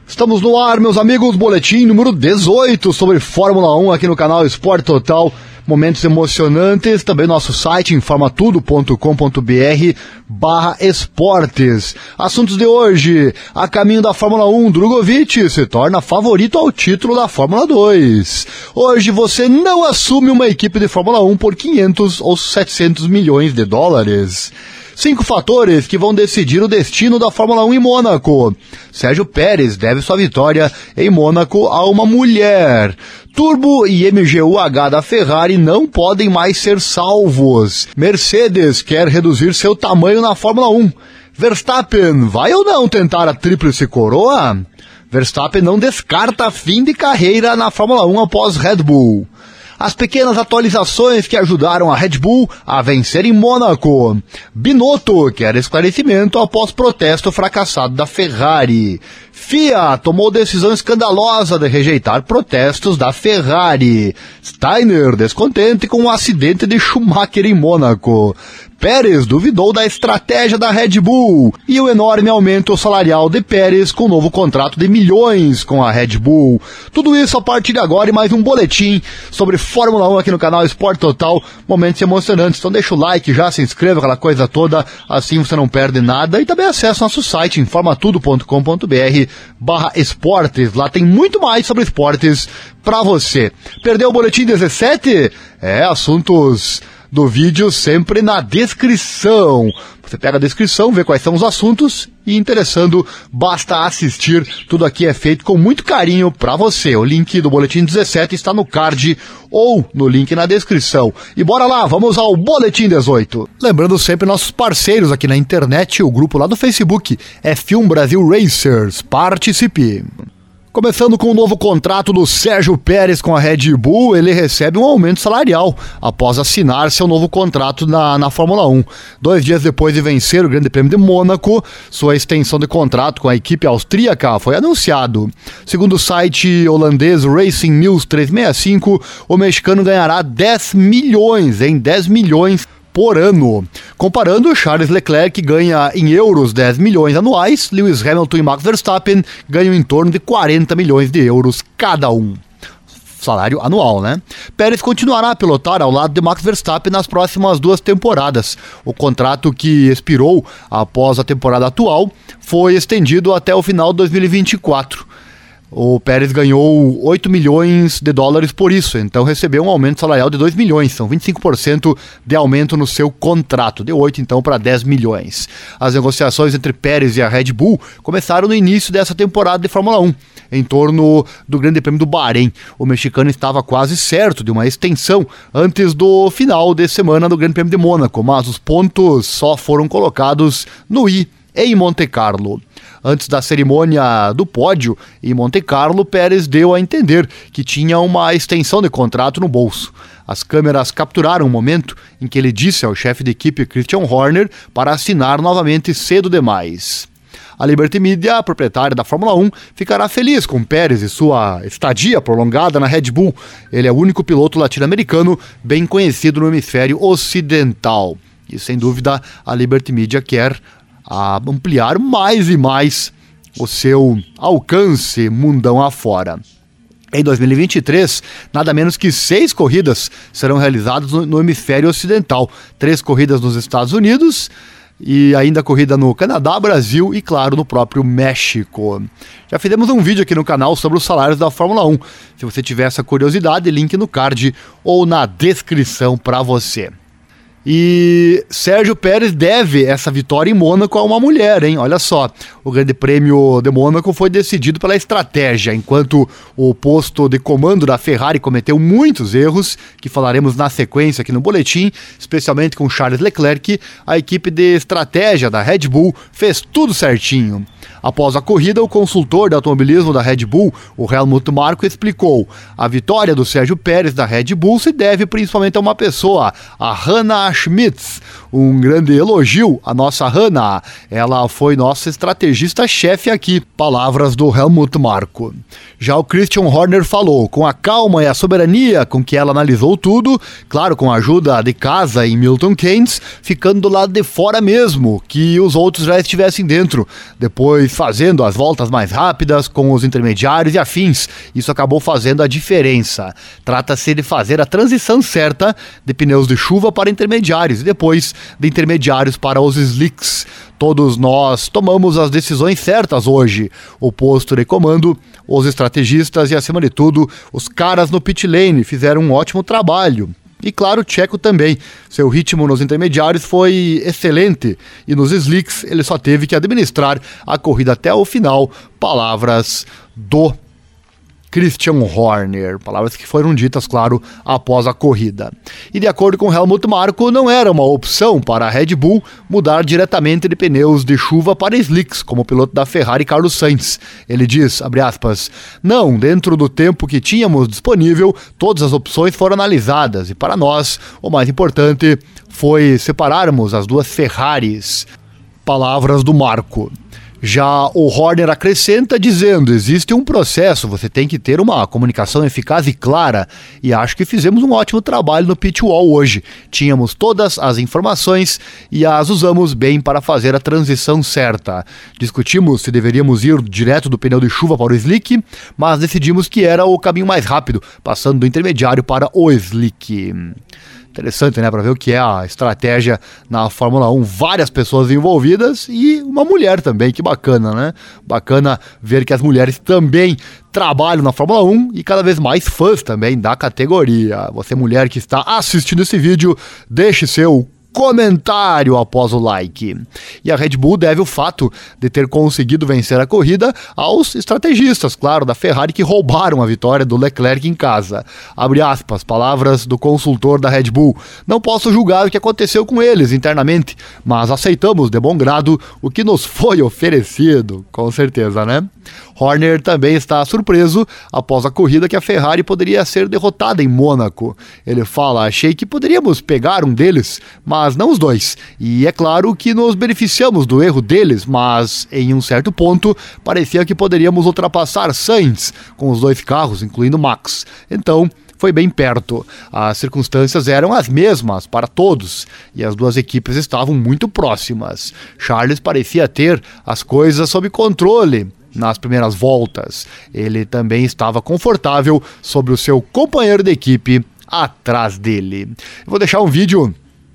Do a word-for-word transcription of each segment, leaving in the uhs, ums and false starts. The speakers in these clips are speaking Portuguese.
Estamos no ar, meus amigos, boletim número dezoito sobre Fórmula um aqui no canal Esporte Total. Momentos emocionantes, também nosso site informa tudo ponto com ponto br barra esportes. Assuntos de hoje: a caminho da Fórmula um, Drogovic se torna favorito ao título da Fórmula dois. Hoje você não assume uma equipe de Fórmula um por quinhentos ou setecentos milhões de dólares. Cinco fatores que vão decidir o destino da Fórmula um em Mônaco. Sérgio Pérez deve sua vitória em Mônaco a uma mulher. Turbo e M G U H da Ferrari não podem mais ser salvos. Mercedes quer reduzir seu tamanho na Fórmula um. Verstappen vai ou não tentar a tríplice coroa? Verstappen não descarta fim de carreira na Fórmula um após Red Bull. As pequenas atualizações que ajudaram a Red Bull a vencer em Mônaco. Binotto quer esclarecimento após protesto fracassado da Ferrari. F I A tomou decisão escandalosa de rejeitar protestos da Ferrari. Steiner descontente com o acidente de Schumacher em Mônaco. Pérez duvidou da estratégia da Red Bull e o enorme aumento salarial de Pérez com o novo contrato de milhões com a Red Bull. Tudo isso a partir de agora e mais um boletim sobre Fórmula um aqui no canal Esporte Total. Momentos emocionantes, então deixa o like, já se inscreva, aquela coisa toda, assim você não perde nada. E também acesse nosso site informa tudo ponto com ponto br barra esportes. Lá tem muito mais sobre esportes pra você. Perdeu o boletim dezessete? É, assuntos do vídeo sempre na descrição. Você pega a descrição, vê quais são os assuntos e, interessando, basta assistir. Tudo aqui é feito com muito carinho para você. O link do boletim dezessete está no card ou no link na descrição. E bora lá, vamos ao boletim dezoito. Lembrando sempre nossos parceiros aqui na internet, o grupo lá do Facebook F um Brasil Racers. Participe! Começando com o novo contrato do Sérgio Pérez com a Red Bull, ele recebe um aumento salarial após assinar seu novo contrato na, na Fórmula um. Dois dias depois de vencer o Grande Prêmio de Mônaco, sua extensão de contrato com a equipe austríaca foi anunciado. Segundo o site holandês Racing News trezentos e sessenta e cinco, o mexicano ganhará dez milhões, em dez milhões por ano. Comparando, Charles Leclerc ganha em euros dez milhões anuais, Lewis Hamilton e Max Verstappen ganham em torno de quarenta milhões de euros cada um. Salário anual, né? Pérez continuará a pilotar ao lado de Max Verstappen nas próximas duas temporadas. O contrato, que expirou após a temporada atual, foi estendido até o final de dois mil e vinte e quatro. O Pérez ganhou oito milhões de dólares por isso, então recebeu um aumento salarial de dois milhões, são vinte e cinco por cento de aumento no seu contrato, de oito então para dez milhões. As negociações entre Pérez e a Red Bull começaram no início dessa temporada de Fórmula um, em torno do Grande Prêmio do Bahrein. O mexicano estava quase certo de uma extensão antes do final de semana do Grande Prêmio de Mônaco, mas os pontos só foram colocados no i em Monte Carlo. Antes da cerimônia do pódio em Monte Carlo, Pérez deu a entender que tinha uma extensão de contrato no bolso. As câmeras capturaram o momento em que ele disse ao chefe de equipe Christian Horner para assinar novamente cedo demais. A Liberty Media, a proprietária da Fórmula um, ficará feliz com Pérez e sua estadia prolongada na Red Bull. Ele é o único piloto latino-americano bem conhecido no hemisfério ocidental. E sem dúvida a Liberty Media quer a ampliar mais e mais o seu alcance mundão afora. Em dois mil e vinte e três, nada menos que seis corridas serão realizadas no, no hemisfério ocidental. Três corridas nos Estados Unidos e ainda corrida no Canadá, Brasil e, claro, no próprio México. Já fizemos um vídeo aqui no canal sobre os salários da Fórmula um. Se você tiver essa curiosidade, link no card ou na descrição para você. E Sérgio Pérez deve essa vitória em Mônaco a uma mulher, hein? Olha só, o Grande Prêmio de Mônaco foi decidido pela estratégia, enquanto o posto de comando da Ferrari cometeu muitos erros, que falaremos na sequência aqui no boletim, especialmente com Charles Leclerc. A equipe de estratégia da Red Bull fez tudo certinho. Após a corrida, o consultor de automobilismo da Red Bull, o Helmut Marko, explicou: a vitória do Sérgio Pérez da Red Bull se deve principalmente a uma pessoa, a Hannah Schmitz. Um grande elogio à nossa Hannah. Ela foi nossa estrategista-chefe aqui. Palavras do Helmut Marko. Já o Christian Horner falou, com a calma e a soberania com que ela analisou tudo, claro, com a ajuda de casa em Milton Keynes, ficando do lado de fora mesmo, que os outros já estivessem dentro, depois fazendo as voltas mais rápidas com os intermediários e afins. Isso acabou fazendo a diferença. Trata-se de fazer a transição certa de pneus de chuva para intermediários e depois de intermediários para os slicks. Todos nós tomamos as decisões certas hoje. O posto de comando, os estrategistas e, acima de tudo, os caras no pit lane fizeram um ótimo trabalho. E claro, o Checo também. Seu ritmo nos intermediários foi excelente e nos slicks ele só teve que administrar a corrida até o final. Palavras do Christian Horner, palavras que foram ditas, claro, após a corrida. E de acordo com Helmut Marko, não era uma opção para a Red Bull mudar diretamente de pneus de chuva para slicks, como o piloto da Ferrari Carlos Sainz. Ele diz, abre aspas, não, dentro do tempo que tínhamos disponível, todas as opções foram analisadas e para nós, o mais importante foi separarmos as duas Ferraris. Palavras do Marko. Já o Horner acrescenta dizendo, existe um processo, você tem que ter uma comunicação eficaz e clara, e acho que fizemos um ótimo trabalho no pit wall hoje. Tínhamos todas as informações e as usamos bem para fazer a transição certa. Discutimos se deveríamos ir direto do pneu de chuva para o slick, mas decidimos que era o caminho mais rápido, passando do intermediário para o slick. Interessante, né? Para ver o que é a estratégia na Fórmula um. Várias pessoas envolvidas e uma mulher também. Que bacana, né? Bacana ver que as mulheres também trabalham na Fórmula um e cada vez mais fãs também da categoria. Você, mulher que está assistindo esse vídeo, deixe seu comentário após o like. E a Red Bull deve o fato de ter conseguido vencer a corrida aos estrategistas, claro, da Ferrari, que roubaram a vitória do Leclerc em casa. Abre aspas, palavras do consultor da Red Bull. Não posso julgar o que aconteceu com eles internamente, mas aceitamos de bom grado o que nos foi oferecido. Com certeza, né? Horner também está surpreso após a corrida que a Ferrari poderia ser derrotada em Mônaco. Ele fala, achei que poderíamos pegar um deles, mas não os dois. E é claro que nos beneficiamos do erro deles, mas em um certo ponto parecia que poderíamos ultrapassar Sainz com os dois carros, incluindo Max. Então, foi bem perto. As circunstâncias eram as mesmas para todos e as duas equipes estavam muito próximas. Charles parecia ter as coisas sob controle nas primeiras voltas. Ele também estava confortável sobre o seu companheiro de equipe atrás dele. Eu vou deixar um vídeo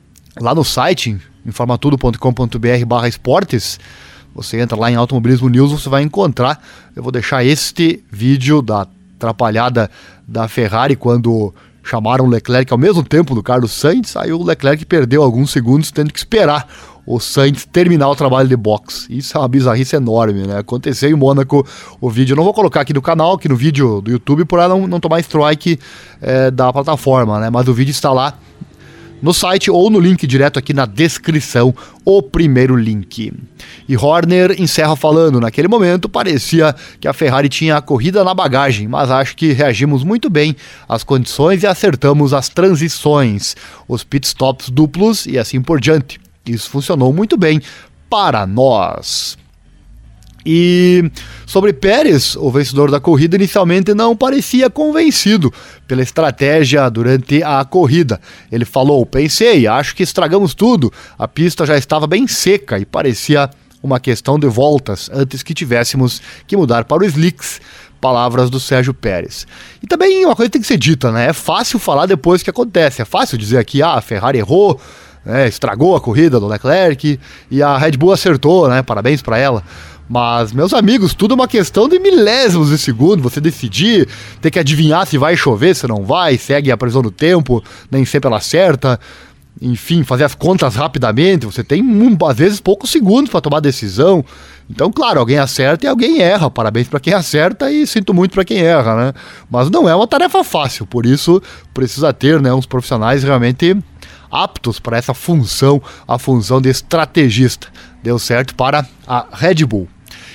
lá no site, informatudo ponto com ponto br barra esportes. Você entra lá em Automobilismo News, você vai encontrar. Eu vou deixar este vídeo da atrapalhada da Ferrari quando chamaram o Leclerc ao mesmo tempo do Carlos Sainz. Aí o Leclerc perdeu alguns segundos tendo que esperar o Sainz terminar o trabalho de boxe. Isso é uma bizarrice enorme, né? Aconteceu em Mônaco o vídeo. Eu não vou colocar aqui no canal, aqui no vídeo do YouTube, para não, não tomar strike é, da plataforma, né? Mas o vídeo está lá no site ou no link direto aqui na descrição, o primeiro link. E Horner encerra falando, naquele momento parecia que a Ferrari tinha a corrida na bagagem, mas acho que reagimos muito bem às condições e acertamos as transições, os pitstops duplos e assim por diante. Isso funcionou muito bem para nós. E sobre Pérez, o vencedor da corrida inicialmente não parecia convencido pela estratégia durante a corrida. Ele falou, pensei, acho que estragamos tudo, a pista já estava bem seca e parecia uma questão de voltas antes que tivéssemos que mudar para o slicks. Palavras do Sérgio Pérez. E também uma coisa tem que ser dita, né? É fácil falar depois que acontece, é fácil dizer aqui, ah, a Ferrari errou, é, estragou a corrida do Leclerc e a Red Bull acertou, né? Parabéns para ela. Mas, meus amigos, tudo é uma questão de milésimos de segundo. Você decidir, ter que adivinhar se vai chover, se não vai, segue a previsão do tempo, nem sempre ela acerta. Enfim, fazer as contas rapidamente. Você tem, às vezes, poucos segundos para tomar decisão. Então, claro, alguém acerta e alguém erra. Parabéns para quem acerta e sinto muito para quem erra, né? Mas não é uma tarefa fácil. Por isso, precisa ter, né, uns profissionais realmente aptos para essa função, a função de estrategista. Deu certo para a Red Bull.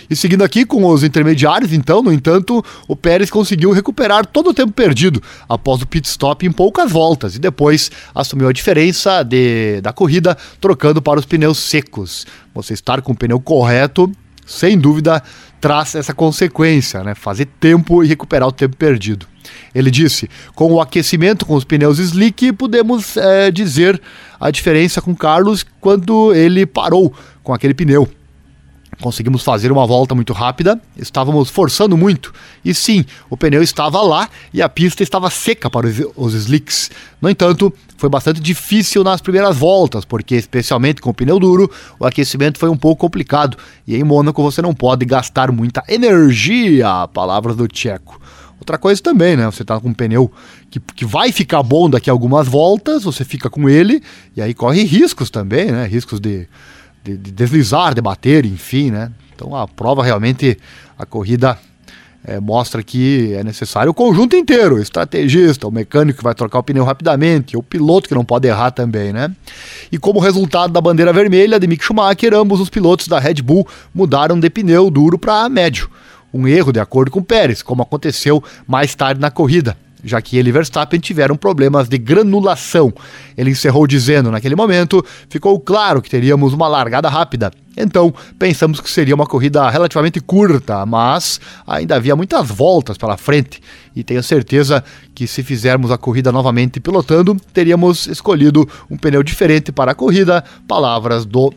E seguindo aqui com os intermediários, então, no entanto, o Pérez conseguiu recuperar todo o tempo perdido após o pit stop em poucas voltas e depois assumiu a diferença de, da corrida trocando para os pneus secos. Você estar com o pneu correto, sem dúvida, traz essa consequência, né? Fazer tempo e recuperar o tempo perdido. Ele disse, com o aquecimento com os pneus slick, podemos é, dizer a diferença com Carlos quando ele parou com aquele pneu. Conseguimos fazer uma volta muito rápida, estávamos forçando muito, e sim, o pneu estava lá e a pista estava seca para os, os slicks. No entanto, foi bastante difícil nas primeiras voltas, porque especialmente com o pneu duro, o aquecimento foi um pouco complicado, e em Mônaco você não pode gastar muita energia, palavras do tcheco. Outra coisa também, né, você está com um pneu que, que vai ficar bom daqui a algumas voltas, você fica com ele, e aí corre riscos também, né, riscos de... De, de deslizar, de bater, enfim, né? Então a prova realmente, a corrida é, mostra que é necessário o conjunto inteiro, o estrategista, o mecânico que vai trocar o pneu rapidamente, o piloto que não pode errar também, né? E como resultado da bandeira vermelha de Mick Schumacher, ambos os pilotos da Red Bull mudaram de pneu duro para médio. Um erro de acordo com Pérez, como aconteceu mais tarde na corrida, já que ele e Verstappen tiveram problemas de granulação. Ele encerrou dizendo, naquele momento, ficou claro que teríamos uma largada rápida. Então, pensamos que seria uma corrida relativamente curta, mas ainda havia muitas voltas pela frente. E tenho certeza que se fizermos a corrida novamente pilotando, teríamos escolhido um pneu diferente para a corrida. Palavras do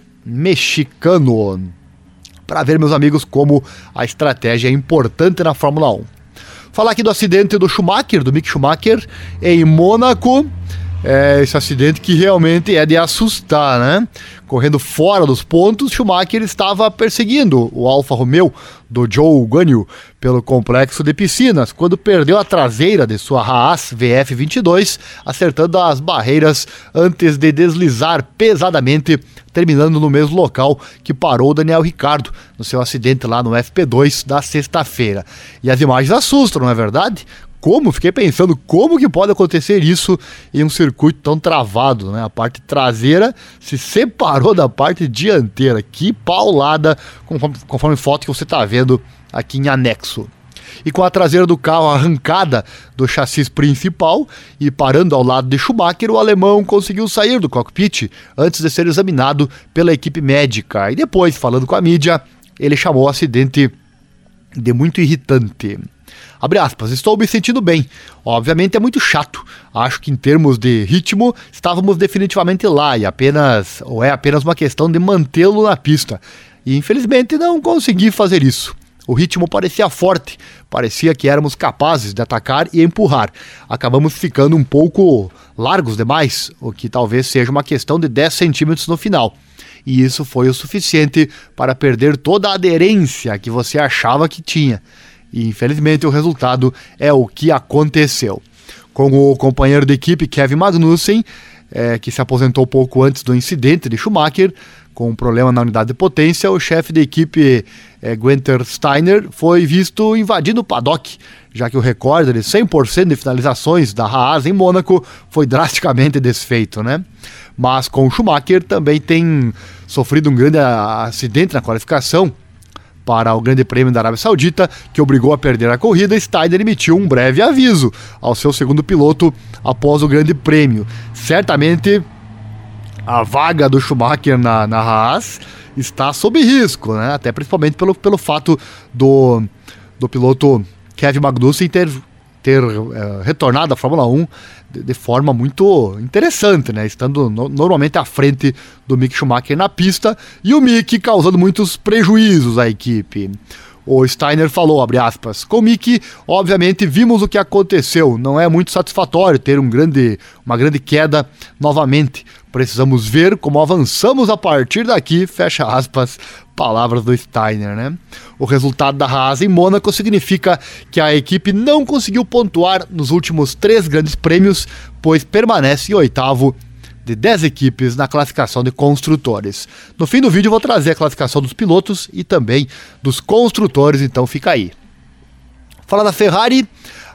mexicano. Para ver, meus amigos, como a estratégia é importante na Fórmula um. Falar aqui do acidente do Schumacher, do Mick Schumacher, em Mônaco. É esse acidente que realmente é de assustar, né? Correndo fora dos pontos, Schumacher estava perseguindo o Alfa Romeo do Zhou Guanyu pelo complexo de piscinas, quando perdeu a traseira de sua Haas V F vinte e dois, acertando as barreiras antes de deslizar pesadamente, terminando no mesmo local que parou Daniel Ricciardo no seu acidente lá no F P dois da sexta-feira. E as imagens assustam, não é verdade? Como? Fiquei pensando, como que pode acontecer isso em um circuito tão travado, né? A parte traseira se separou da parte dianteira. Que paulada, conforme, conforme foto que você está vendo aqui em anexo. E com a traseira do carro arrancada do chassi principal e parando ao lado de Schumacher, o alemão conseguiu sair do cockpit antes de ser examinado pela equipe médica. E depois, falando com a mídia, ele chamou o acidente de muito irritante. Abre aspas, estou me sentindo bem. Obviamente é muito chato. Acho que em termos de ritmo, estávamos definitivamente lá e apenas, ou é apenas uma questão de mantê-lo na pista. E infelizmente não consegui fazer isso. O ritmo parecia forte, parecia que éramos capazes de atacar e empurrar. Acabamos ficando um pouco largos demais, o que talvez seja uma questão de dez centímetros no final. E isso foi o suficiente para perder toda a aderência que você achava que tinha. E infelizmente o resultado é o que aconteceu. Com o companheiro de equipe Kevin Magnussen, é, que se aposentou pouco antes do incidente de Schumacher, com um problema na unidade de potência, o chefe de equipe é, Günther Steiner foi visto invadindo o paddock, já que o recorde de cem por cento de finalizações da Haas em Mônaco foi drasticamente desfeito, né? Mas com o Schumacher também tem sofrido um grande acidente na qualificação para o Grande Prêmio da Arábia Saudita, que obrigou a perder a corrida. Steiner emitiu um breve aviso ao seu segundo piloto após o Grande Prêmio. Certamente a vaga do Schumacher na, na Haas está sob risco, né? Até principalmente pelo, pelo fato do, do piloto Kevin Magnussen ter, ter é, retornado à Fórmula um de, de forma muito interessante, né? Estando no, normalmente à frente do Mick Schumacher na pista e o Mick causando muitos prejuízos à equipe. O Steiner falou, abre aspas, com o Mick, obviamente vimos o que aconteceu, não é muito satisfatório ter um grande, uma grande queda novamente, precisamos ver como avançamos a partir daqui, fecha aspas, palavras do Steiner, né? O resultado da Haas em Mônaco significa que a equipe não conseguiu pontuar nos últimos três grandes prêmios, pois permanece em oitavo de dez equipes na classificação de construtores. No fim do vídeo eu vou trazer a classificação dos pilotos e também dos construtores, então fica aí. Fala da Ferrari,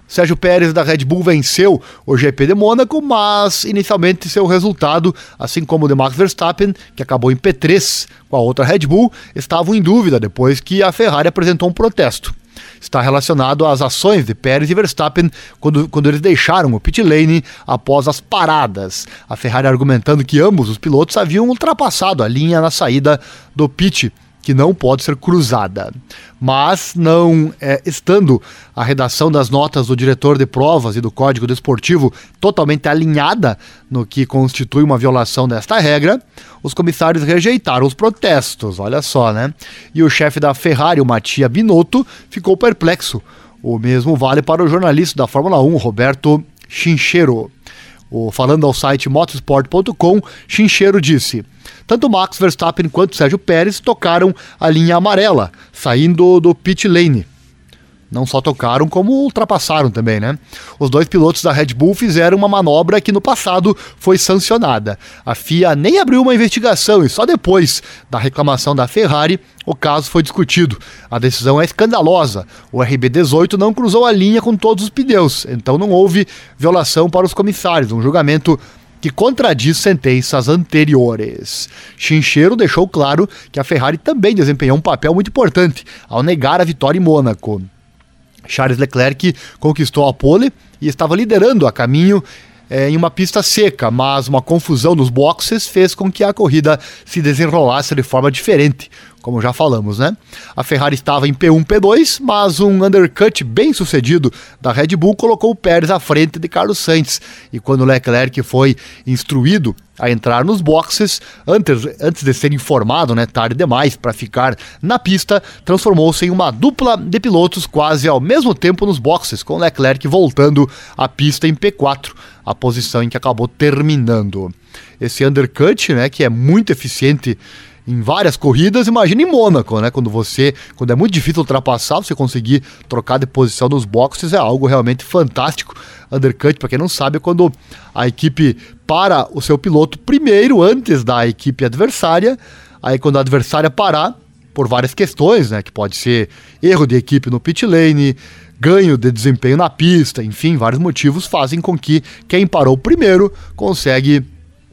Sérgio Pérez da Red Bull venceu o G P de Mônaco, mas inicialmente seu resultado, assim como o de Max Verstappen, que acabou em P três com a outra Red Bull, estavam em dúvida depois que a Ferrari apresentou um protesto. Está relacionado às ações de Pérez e Verstappen quando, quando eles deixaram o pit lane após as paradas. A Ferrari argumentando que ambos os pilotos haviam ultrapassado a linha na saída do pit, que não pode ser cruzada. Mas, não é, estando a redação das notas do diretor de provas e do Código Desportivo totalmente alinhada no que constitui uma violação desta regra, os comissários rejeitaram os protestos, olha só, né? E o chefe da Ferrari, o Mattia Binotto, ficou perplexo. O mesmo vale para o jornalista da Fórmula um, Roberto Chinchero. O, falando ao site motorsport ponto com, Chinchero disse: tanto Max Verstappen quanto Sérgio Pérez tocaram a linha amarela, saindo do pit lane. Não só tocaram, como ultrapassaram também, né? Os dois pilotos da Red Bull fizeram uma manobra que no passado foi sancionada. A F I A nem abriu uma investigação e só depois da reclamação da Ferrari o caso foi discutido. A decisão é escandalosa. O R B dezoito não cruzou a linha com todos os pneus, então não houve violação para os comissários, um julgamento que contradiz sentenças anteriores. Chinchero deixou claro que a Ferrari também desempenhou um papel muito importante ao negar a vitória em Mônaco. Charles Leclerc conquistou a pole e estava liderando a caminho é, em uma pista seca, mas uma confusão nos boxes fez com que a corrida se desenrolasse de forma diferente, como já falamos, né? A Ferrari estava em P um, P dois, mas um undercut bem sucedido da Red Bull colocou o Pérez à frente de Carlos Sainz, e quando Leclerc foi instruído a entrar nos boxes, antes, antes de ser informado, né, tarde demais para ficar na pista, transformou-se em uma dupla de pilotos quase ao mesmo tempo nos boxes, com Leclerc voltando à pista em P quatro, a posição em que acabou terminando. Esse undercut, né, que é muito eficiente em várias corridas, imagina em Mônaco, né? Quando você, quando é muito difícil ultrapassar, você conseguir trocar de posição nos boxes é algo realmente fantástico. Undercut, para quem não sabe, é quando a equipe para o seu piloto primeiro, antes da equipe adversária. Aí quando a adversária parar, por várias questões, né? Que pode ser erro de equipe no pit lane, ganho de desempenho na pista, enfim, vários motivos fazem com que quem parou primeiro consegue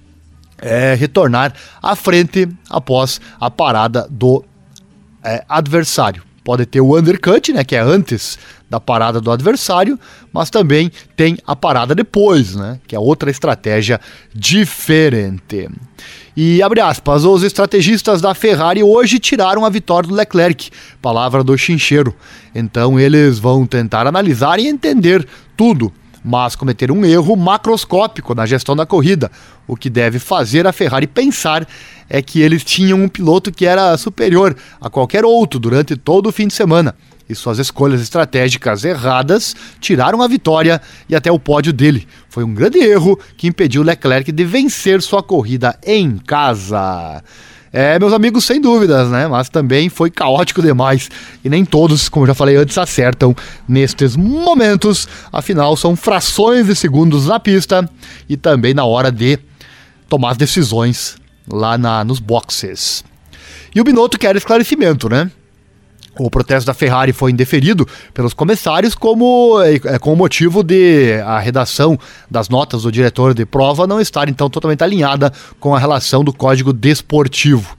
É, retornar à frente após a parada do é, adversário. Pode ter o undercut, né, que é antes da parada do adversário, mas também tem a parada depois, né, que é outra estratégia diferente. E, abre aspas, os estrategistas da Ferrari hoje tiraram a vitória do Leclerc, palavra do Chinchero. Então eles vão tentar analisar e entender tudo, mas cometeram um erro macroscópico na gestão da corrida. O que deve fazer a Ferrari pensar é que eles tinham um piloto que era superior a qualquer outro durante todo o fim de semana, e suas escolhas estratégicas erradas tiraram a vitória e até o pódio dele. Foi um grande erro que impediu Leclerc de vencer sua corrida em casa. É, meus amigos, sem dúvidas, né? Mas também foi caótico demais. E nem todos, como já falei antes, acertam nestes momentos. Afinal, são frações de segundos na pista e também na hora de tomar as decisões lá na, nos boxes. E o Binotto quer esclarecimento, né? O protesto da Ferrari foi indeferido pelos comissários como, é, com o motivo de a redação das notas do diretor de prova não estar então totalmente alinhada com a relação do Código Desportivo.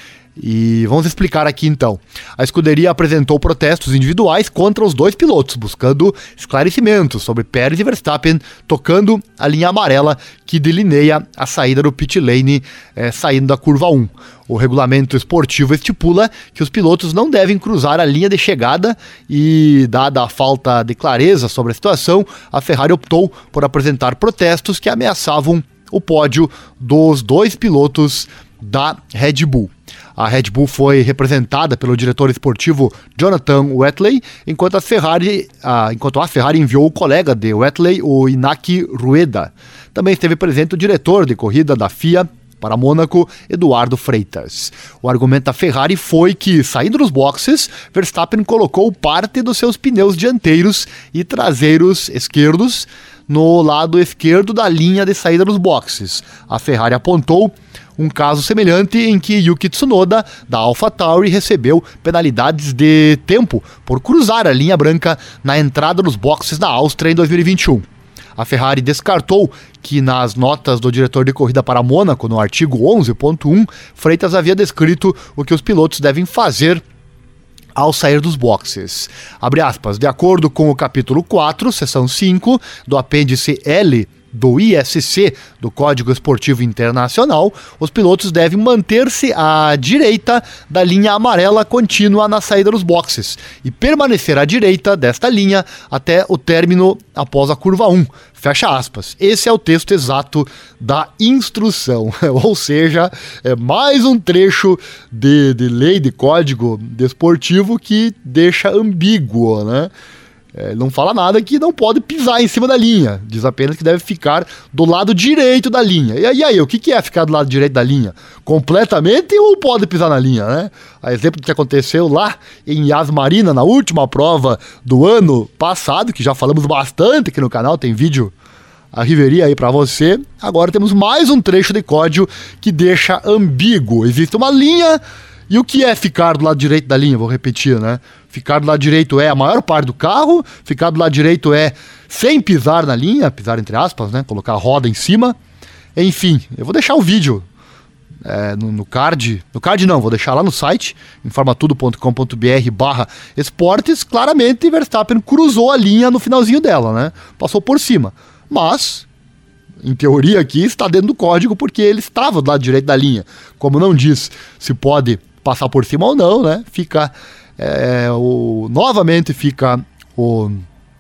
E vamos explicar aqui então. A escuderia apresentou protestos individuais contra os dois pilotos, buscando esclarecimentos sobre Pérez e Verstappen tocando a linha amarela que delineia a saída do pit lane, é, saindo da curva um. O regulamento esportivo estipula que os pilotos não devem cruzar a linha de chegada e, dada a falta de clareza sobre a situação, a Ferrari optou por apresentar protestos que ameaçavam o pódio dos dois pilotos da Red Bull. A Red Bull foi representada pelo diretor esportivo Jonathan Wettley, enquanto a Ferrari, a, enquanto a Ferrari enviou o colega de Wettley, o Iñaki Rueda. Também esteve presente o diretor de corrida da F I A para Mônaco, Eduardo Freitas. O argumento da Ferrari foi que, saindo dos boxes, Verstappen colocou parte dos seus pneus dianteiros e traseiros esquerdos no lado esquerdo da linha de saída dos boxes. A Ferrari apontou um caso semelhante em que Yuki Tsunoda, da AlphaTauri, recebeu penalidades de tempo por cruzar a linha branca na entrada dos boxes da Áustria em dois mil e vinte e um. A Ferrari descartou que nas notas do diretor de corrida para Mônaco, no artigo onze ponto um, Freitas havia descrito o que os pilotos devem fazer ao sair dos boxes. Abre aspas, de acordo com o capítulo quatro, seção cinco, do apêndice L do I S C, do Código Esportivo Internacional, os pilotos devem manter-se à direita da linha amarela contínua na saída dos boxes e permanecer à direita desta linha até o término após a curva um. Fecha aspas. Esse é o texto exato da instrução. Ou seja, é mais um trecho de, de lei, de código desportivo que deixa ambíguo, né? É, não fala nada que não pode pisar em cima da linha, diz apenas que deve ficar do lado direito da linha. E aí, e aí o que, que é ficar do lado direito da linha? Completamente ou pode pisar na linha, né? A exemplo do que aconteceu lá em Yas Marina, na última prova do ano passado, que já falamos bastante aqui no canal, tem vídeo a riveria aí pra você. Agora temos mais um trecho de código que deixa ambíguo. Existe uma linha. E o que é ficar do lado direito da linha? Vou repetir, né? Ficar do lado direito é a maior parte do carro, ficar do lado direito é sem pisar na linha, pisar entre aspas, né? Colocar a roda em cima. Enfim, eu vou deixar o vídeo é, no, no card. No card não, vou deixar lá no site, informatudo ponto com ponto br barra esportes. Claramente, Verstappen cruzou a linha no finalzinho dela, né? Passou por cima. Mas, em teoria aqui, está dentro do código porque ele estava do lado direito da linha. Como não diz se pode passar por cima ou não, né? Fica é, o, novamente fica o,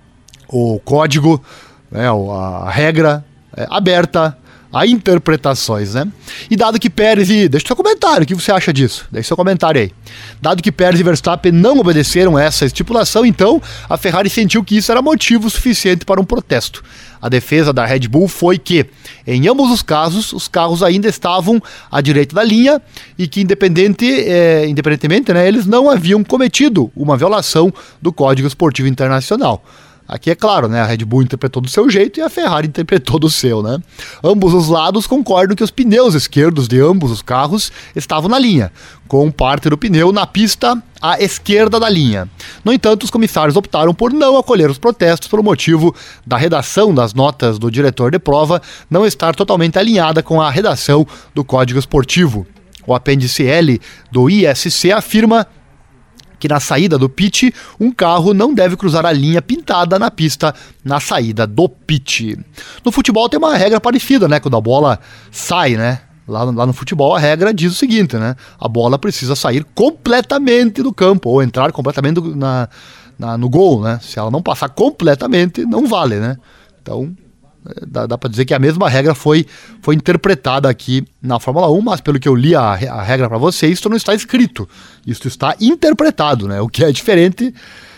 o código, né? A regra é, aberta a interpretações, né? E dado que Pérez e... Deixa o seu comentário, o que você acha disso? Deixa o seu comentário aí. Dado que Pérez e Verstappen não obedeceram essa estipulação, então, a Ferrari sentiu que isso era motivo suficiente para um protesto. A defesa da Red Bull foi que, em ambos os casos, os carros ainda estavam à direita da linha e que, independente, é, independentemente, né, eles não haviam cometido uma violação do Código Esportivo Internacional. Aqui é claro, né? A Red Bull interpretou do seu jeito e a Ferrari interpretou do seu, né? Ambos os lados concordam que os pneus esquerdos de ambos os carros estavam na linha, com parte do pneu na pista à esquerda da linha. No entanto, os comissários optaram por não acolher os protestos pelo motivo da redação das notas do diretor de prova não estar totalmente alinhada com a redação do Código Esportivo. O apêndice L do I S C afirma que na saída do pit, um carro não deve cruzar a linha pintada na pista na saída do pit. No futebol tem uma regra parecida, né? Quando a bola sai, né? Lá no, lá no futebol a regra diz o seguinte, né? A bola precisa sair completamente do campo, ou entrar completamente do, na, na, no gol, né? Se ela não passar completamente, não vale, né? Então, dá, dá para dizer que a mesma regra foi, foi interpretada aqui na Fórmula um, mas pelo que eu li a, a regra para vocês, isso não está escrito, isso está interpretado, né? O que é diferente,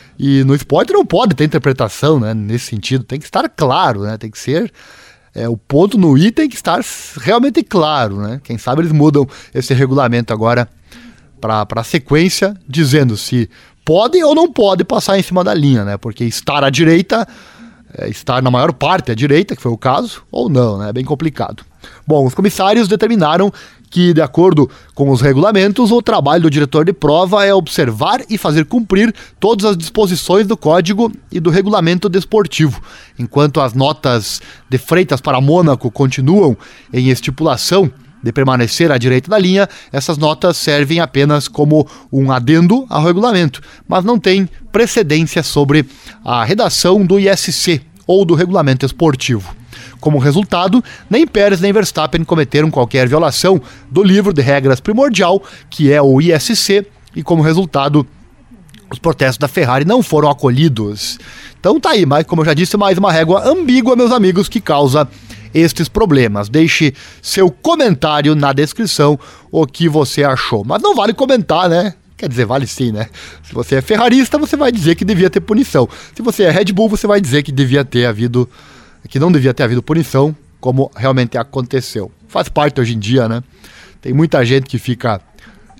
e no esporte não pode ter interpretação, né? Nesse sentido, tem que estar claro, né? Tem que ser, é, o ponto no i tem que estar realmente claro, né? Quem sabe eles mudam esse regulamento agora para a sequência, dizendo se pode ou não pode passar em cima da linha, né? Porque estar à direita... É, estar na maior parte à direita, que foi o caso, ou não, né? É bem complicado. Bom, os comissários determinaram que, de acordo com os regulamentos, o trabalho do diretor de prova é observar e fazer cumprir todas as disposições do código e do regulamento desportivo. Enquanto as notas de Freitas para Mônaco continuam em estipulação de permanecer à direita da linha, essas notas servem apenas como um adendo ao regulamento, mas não tem precedência sobre a redação do I S C ou do regulamento esportivo. Como resultado, nem Pérez nem Verstappen cometeram qualquer violação do livro de regras primordial, que é o I S C, e como resultado, os protestos da Ferrari não foram acolhidos. Então tá aí, mas como eu já disse, mais uma régua ambígua, meus amigos, que causa estes problemas. Deixe seu comentário na descrição o que você achou. Mas não vale comentar, né? Quer dizer, vale sim, né? Se você é ferrarista, você vai dizer que devia ter punição. Se você é Red Bull, você vai dizer que devia ter havido, que não devia ter havido punição, como realmente aconteceu. Faz parte hoje em dia, né? Tem muita gente que fica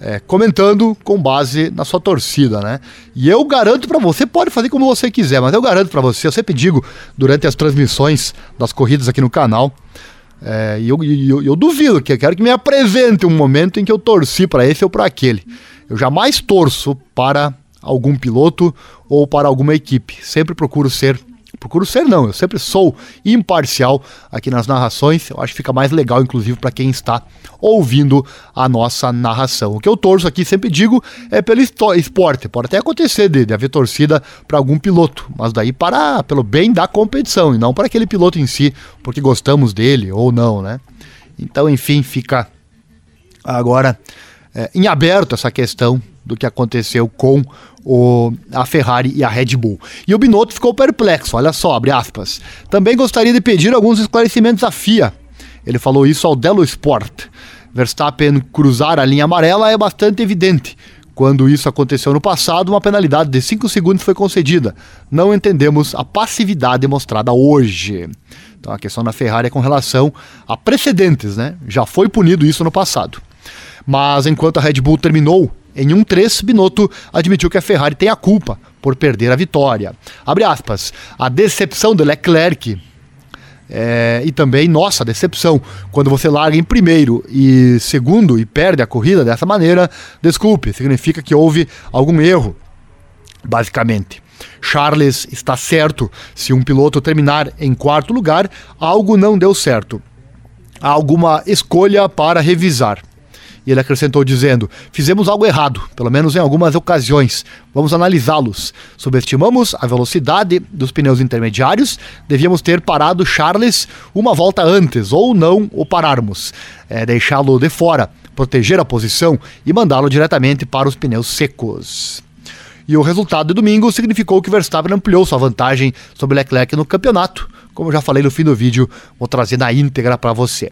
é, comentando com base na sua torcida, né? E eu garanto para você, pode fazer como você quiser, mas eu garanto para você, eu sempre digo durante as transmissões das corridas aqui no canal, é, e eu, eu, eu duvido, que eu quero que me apresente um momento em que eu torci para esse ou para aquele. Eu jamais torço para algum piloto ou para alguma equipe, sempre procuro ser Procuro ser não, eu sempre sou imparcial aqui nas narrações. Eu acho que fica mais legal, inclusive, para quem está ouvindo a nossa narração. O que eu torço aqui, sempre digo, é pelo esporte. Pode até acontecer de, de haver torcida para algum piloto, mas daí para pelo bem da competição e não para aquele piloto em si, porque gostamos dele ou não, né? Então, enfim, fica agora é, em aberto essa questão do que aconteceu com o, a Ferrari e a Red Bull. E o Binotto ficou perplexo, olha só, abre aspas. Também gostaria de pedir alguns esclarecimentos à F I A. Ele falou isso ao Dello Sport. Verstappen cruzar a linha amarela é bastante evidente. Quando isso aconteceu no passado, uma penalidade de cinco segundos foi concedida. Não entendemos a passividade mostrada hoje. Então a questão da Ferrari é com relação a precedentes, né? Já foi punido isso no passado. Mas enquanto a Red Bull terminou em um três, Binotto admitiu que a Ferrari tem a culpa por perder a vitória. Abre aspas, a decepção de Leclerc é, e também nossa decepção. Quando você larga em primeiro e segundo e perde a corrida dessa maneira, desculpe, significa que houve algum erro, basicamente. Charles está certo, se um piloto terminar em quarto lugar, algo não deu certo. Há alguma escolha para revisar. E ele acrescentou dizendo, fizemos algo errado, pelo menos em algumas ocasiões. Vamos analisá-los. Subestimamos a velocidade dos pneus intermediários, devíamos ter parado Charles uma volta antes, ou não o pararmos. É, deixá-lo de fora, proteger a posição e mandá-lo diretamente para os pneus secos. E o resultado de domingo significou que Verstappen ampliou sua vantagem sobre Leclerc no campeonato. Como eu já falei no fim do vídeo, vou trazer na íntegra para você.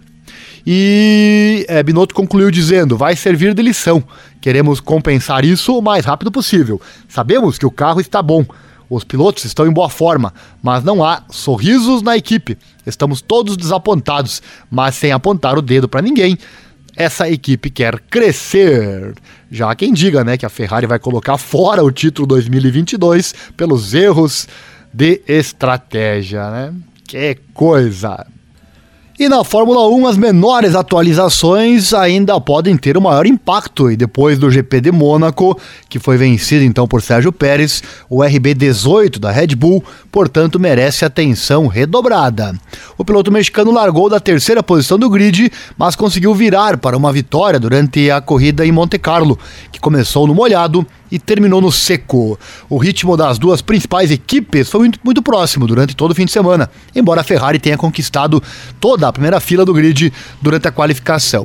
E é, Binotto concluiu dizendo, vai servir de lição, queremos compensar isso o mais rápido possível, sabemos que o carro está bom, os pilotos estão em boa forma, mas não há sorrisos na equipe, estamos todos desapontados, mas sem apontar o dedo para ninguém, essa equipe quer crescer. Já há quem diga, né, que a Ferrari vai colocar fora o título dois mil e vinte e dois pelos erros de estratégia, né? Que coisa! E na Fórmula um, as menores atualizações ainda podem ter o maior impacto. E depois do G P de Mônaco, que foi vencido então por Sérgio Pérez, o R B dezoito da Red Bull, portanto, merece atenção redobrada. O piloto mexicano largou da terceira posição do grid, mas conseguiu virar para uma vitória durante a corrida em Monte Carlo, que começou no molhado e terminou no seco. O ritmo das duas principais equipes foi muito, muito próximo durante todo o fim de semana, embora a Ferrari tenha conquistado toda a primeira fila do grid durante a qualificação.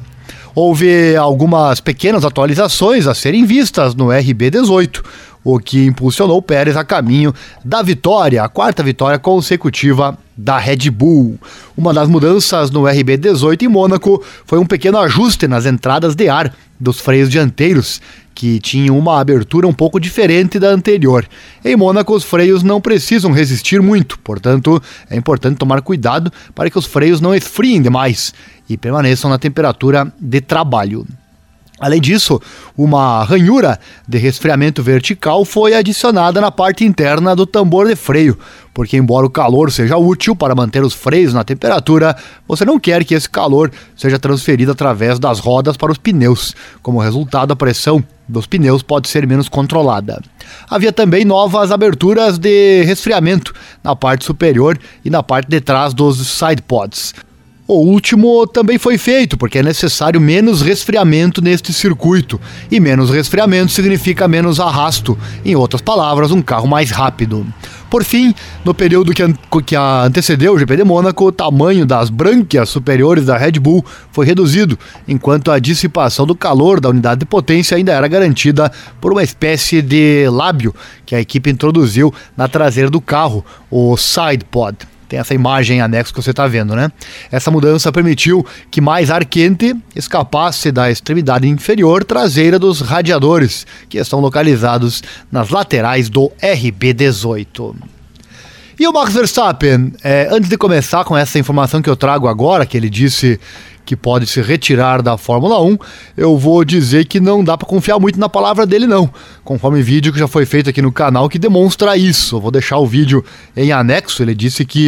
Houve algumas pequenas atualizações a serem vistas no R B dezoito, o que impulsionou Pérez a caminho da vitória, a quarta vitória consecutiva da Red Bull. Uma das mudanças no R B dezoito em Mônaco foi um pequeno ajuste nas entradas de ar dos freios dianteiros, que tinham uma abertura um pouco diferente da anterior. Em Mônaco, os freios não precisam resistir muito, portanto, é importante tomar cuidado para que os freios não esfriem demais e permaneçam na temperatura de trabalho. Além disso, uma ranhura de resfriamento vertical foi adicionada na parte interna do tambor de freio, porque embora o calor seja útil para manter os freios na temperatura, você não quer que esse calor seja transferido através das rodas para os pneus. Como resultado, a pressão dos pneus pode ser menos controlada. Havia também novas aberturas de resfriamento na parte superior e na parte de trás dos sidepods. O último também foi feito, porque é necessário menos resfriamento neste circuito, e menos resfriamento significa menos arrasto, em outras palavras, um carro mais rápido. Por fim, no período que, an- que antecedeu o G P de Mônaco, o tamanho das brânquias superiores da Red Bull foi reduzido, enquanto a dissipação do calor da unidade de potência ainda era garantida por uma espécie de lábio que a equipe introduziu na traseira do carro, o sidepod. Tem essa imagem anexo que você está vendo, né? Essa mudança permitiu que mais ar quente escapasse da extremidade inferior traseira dos radiadores, que estão localizados nas laterais do R B dezoito. E o Max Verstappen, é, antes de começar com essa informação que eu trago agora, que ele disse que pode se retirar da Fórmula um, eu vou dizer que não dá para confiar muito na palavra dele não, conforme vídeo que já foi feito aqui no canal que demonstra isso. Eu vou deixar o vídeo em anexo. Ele disse que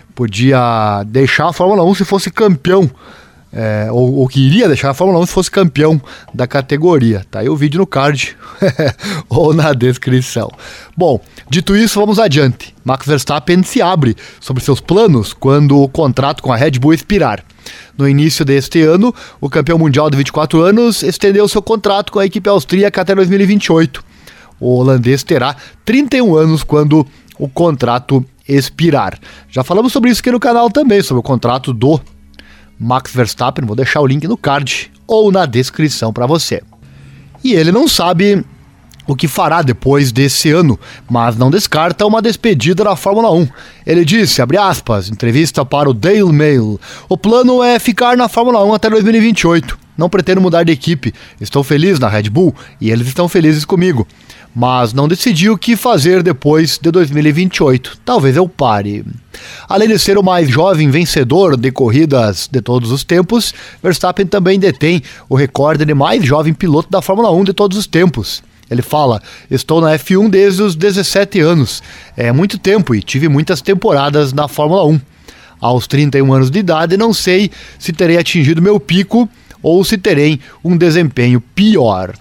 podia deixar a Fórmula um se fosse campeão, é, ou, ou que iria deixar a Fórmula um se fosse campeão da categoria. Tá aí o vídeo no card ou na descrição. Bom, dito isso, vamos adiante. Max Verstappen se abre sobre seus planos quando o contrato com a Red Bull expirar. No início deste ano, o campeão mundial de vinte e quatro anos estendeu seu contrato com a equipe austríaca até dois mil e vinte e oito. O holandês terá trinta e um anos quando o contrato expirar. Já falamos sobre isso aqui no canal também, sobre o contrato do Max Verstappen. Vou deixar o link no card ou na descrição para você. E ele não sabe o que fará depois desse ano, mas não descarta uma despedida da Fórmula um. Ele disse, abre aspas, entrevista para o Daily Mail: o plano é ficar na Fórmula um até dois mil e vinte e oito. Não pretendo mudar de equipe. Estou feliz na Red Bull e eles estão felizes comigo. Mas não decidi o que fazer depois de dois mil e vinte e oito. Talvez eu pare. Além de ser o mais jovem vencedor de corridas de todos os tempos, Verstappen também detém o recorde de mais jovem piloto da Fórmula um de todos os tempos. Ele fala, estou na F um desde os dezessete anos. É muito tempo e tive muitas temporadas na Fórmula um. Aos trinta e um anos de idade, não sei se terei atingido meu pico ou se terei um desempenho pior.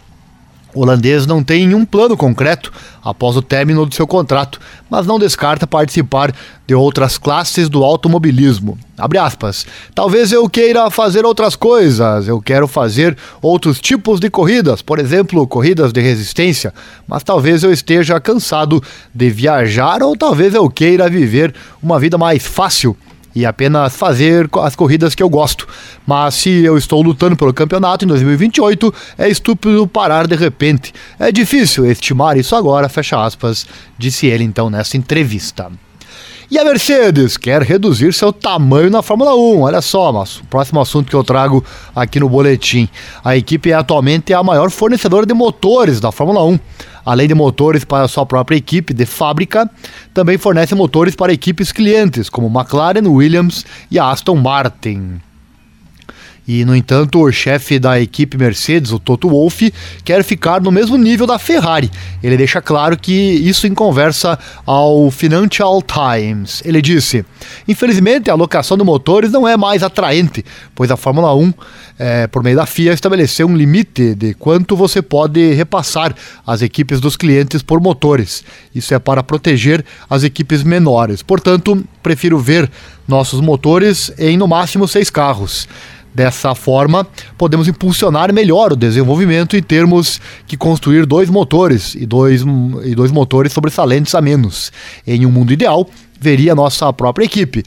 O holandês não tem nenhum plano concreto após o término do seu contrato, mas não descarta participar de outras classes do automobilismo. Abre aspas, talvez eu queira fazer outras coisas, eu quero fazer outros tipos de corridas, por exemplo, corridas de resistência, mas talvez eu esteja cansado de viajar ou talvez eu queira viver uma vida mais fácil e apenas fazer as corridas que eu gosto. Mas se eu estou lutando pelo campeonato em dois mil e vinte e oito, é estúpido parar de repente. É difícil estimar isso agora, fecha aspas, disse ele então nessa entrevista. E a Mercedes quer reduzir seu tamanho na Fórmula um, olha só, mas o próximo assunto que eu trago aqui no boletim. A equipe é atualmente a maior fornecedora de motores da Fórmula um. Além de motores para a sua própria equipe de fábrica, também fornece motores para equipes clientes, como McLaren, Williams e a Aston Martin. E, no entanto, o chefe da equipe Mercedes, o Toto Wolff, quer ficar no mesmo nível da Ferrari. Ele deixa claro que isso em conversa ao Financial Times. Ele disse, infelizmente a alocação de motores não é mais atraente, pois a Fórmula um, é, por meio da F I A, estabeleceu um limite de quanto você pode repassar às equipes dos clientes por motores. Isso é para proteger as equipes menores. Portanto, prefiro ver nossos motores em no máximo seis carros. Dessa forma, podemos impulsionar melhor o desenvolvimento e termos que construir dois motores e dois, e dois motores sobressalentes a menos. Em um mundo ideal, veria nossa própria equipe,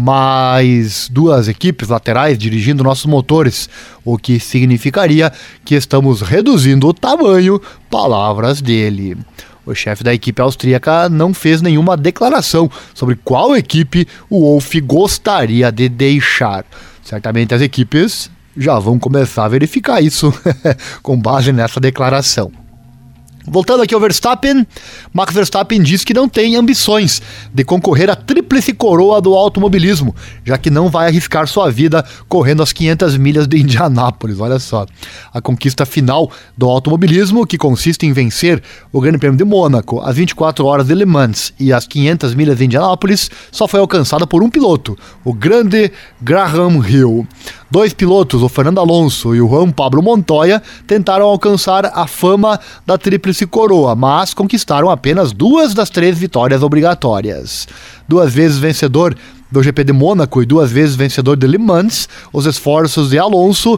mais duas equipes laterais dirigindo nossos motores, o que significaria que estamos reduzindo o tamanho, palavras dele. O chefe da equipe austríaca não fez nenhuma declaração sobre qual equipe o Wolff gostaria de deixar. Certamente as equipes já vão começar a verificar isso com base nessa declaração. Voltando aqui ao Verstappen, Max Verstappen diz que não tem ambições de concorrer à tríplice coroa do automobilismo, já que não vai arriscar sua vida correndo as quinhentas milhas de Indianápolis. Olha só, a conquista final do automobilismo, que consiste em vencer o Grande Prêmio de Mônaco, as vinte e quatro horas de Le Mans e as quinhentas milhas de Indianápolis, só foi alcançada por um piloto, o grande Graham Hill. Dois pilotos, o Fernando Alonso e o Juan Pablo Montoya, tentaram alcançar a fama da tríplice coroa, mas conquistaram apenas duas das três vitórias obrigatórias. Duas vezes vencedor do G P de Mônaco e duas vezes vencedor de Le Mans, os esforços de Alonso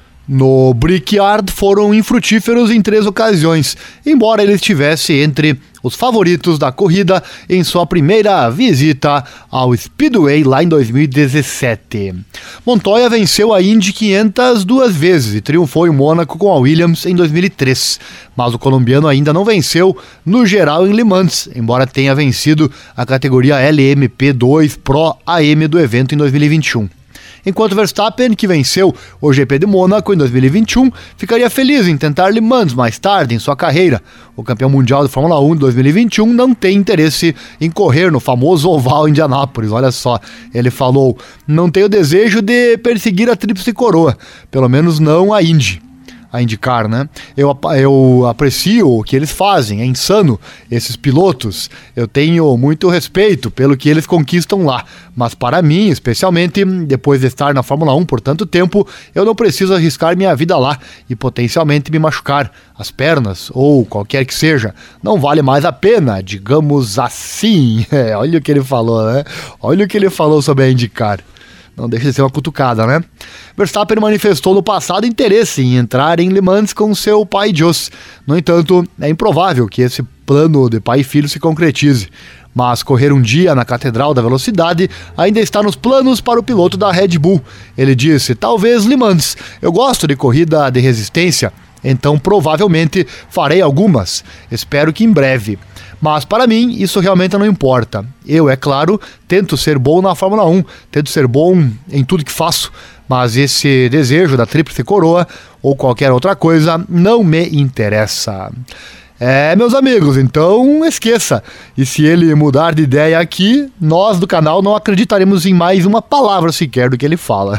no Brickyard foram infrutíferos em três ocasiões, embora ele estivesse entre os favoritos da corrida em sua primeira visita ao Speedway lá em dois mil e dezessete. Montoya venceu a Indy quinhentas duas vezes e triunfou em Mônaco com a Williams em dois mil e três, mas o colombiano ainda não venceu no geral em Le Mans, embora tenha vencido a categoria L M P dois Pro A M do evento em dois mil e vinte e um. enquanto Verstappen, que venceu o G P de Mônaco em dois mil e vinte e um, ficaria feliz em tentar Le Mans mais tarde em sua carreira. O campeão mundial de Fórmula um de dois mil e vinte e um não tem interesse em correr no famoso oval Indianápolis. Olha só, ele falou: não tenho desejo de perseguir a tríplice coroa, pelo menos não a Indy. A IndyCar, né? Eu, eu aprecio o que eles fazem, é insano esses pilotos, eu tenho muito respeito pelo que eles conquistam lá, mas para mim, especialmente depois de estar na Fórmula um por tanto tempo, eu não preciso arriscar minha vida lá e potencialmente me machucar as pernas ou qualquer que seja, não vale mais a pena, digamos assim. É, olha o que ele falou, né? Olha o que ele falou sobre a IndyCar. Não deixa de ser uma cutucada, né? Verstappen manifestou no passado interesse em entrar em Le Mans com seu pai Jos. No entanto, é improvável que esse plano de pai e filho se concretize. Mas correr um dia na Catedral da Velocidade ainda está nos planos para o piloto da Red Bull. Ele disse: talvez Le Mans. Eu gosto de corrida de resistência, então provavelmente farei algumas. Espero que em breve. Mas para mim isso realmente não importa. Eu, é claro, tento ser bom na Fórmula um, tento ser bom em tudo que faço, mas esse desejo da tríplice coroa ou qualquer outra coisa não me interessa. É, meus amigos, então esqueça. E se ele mudar de ideia aqui, nós do canal não acreditaremos em mais uma palavra sequer do que ele fala.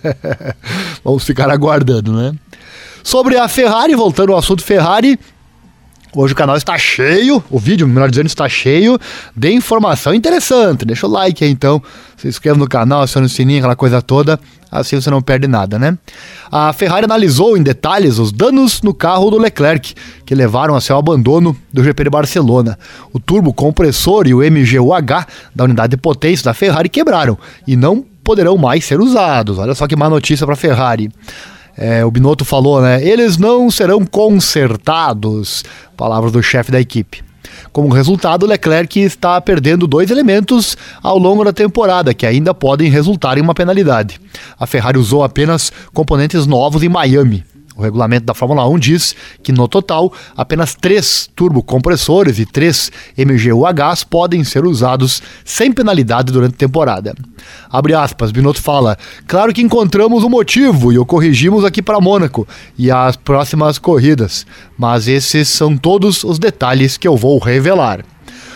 Vamos ficar aguardando, né? Sobre a Ferrari, voltando ao assunto Ferrari, hoje o canal está cheio, o vídeo, melhor dizendo, está cheio de informação interessante. Deixa o like aí então, se inscreva no canal, aciona o sininho, aquela coisa toda, assim você não perde nada, né? A Ferrari analisou em detalhes os danos no carro do Leclerc, que levaram a seu abandono do G P de Barcelona. O turbo compressor e o M G U H da unidade de potência da Ferrari quebraram e não poderão mais ser usados. Olha só que má notícia para a Ferrari. É, o Binotto falou, né? Eles não serão consertados, palavras do chefe da equipe. Como resultado, Leclerc está perdendo dois elementos ao longo da temporada, que ainda podem resultar em uma penalidade. A Ferrari usou apenas componentes novos em Miami. O regulamento da Fórmula um diz que, no total, apenas três turbocompressores e três M G U Hs podem ser usados sem penalidade durante a temporada. Abre aspas, Binotto fala: claro que encontramos o motivo e o corrigimos aqui para Mônaco e as próximas corridas, mas esses são todos os detalhes que eu vou revelar.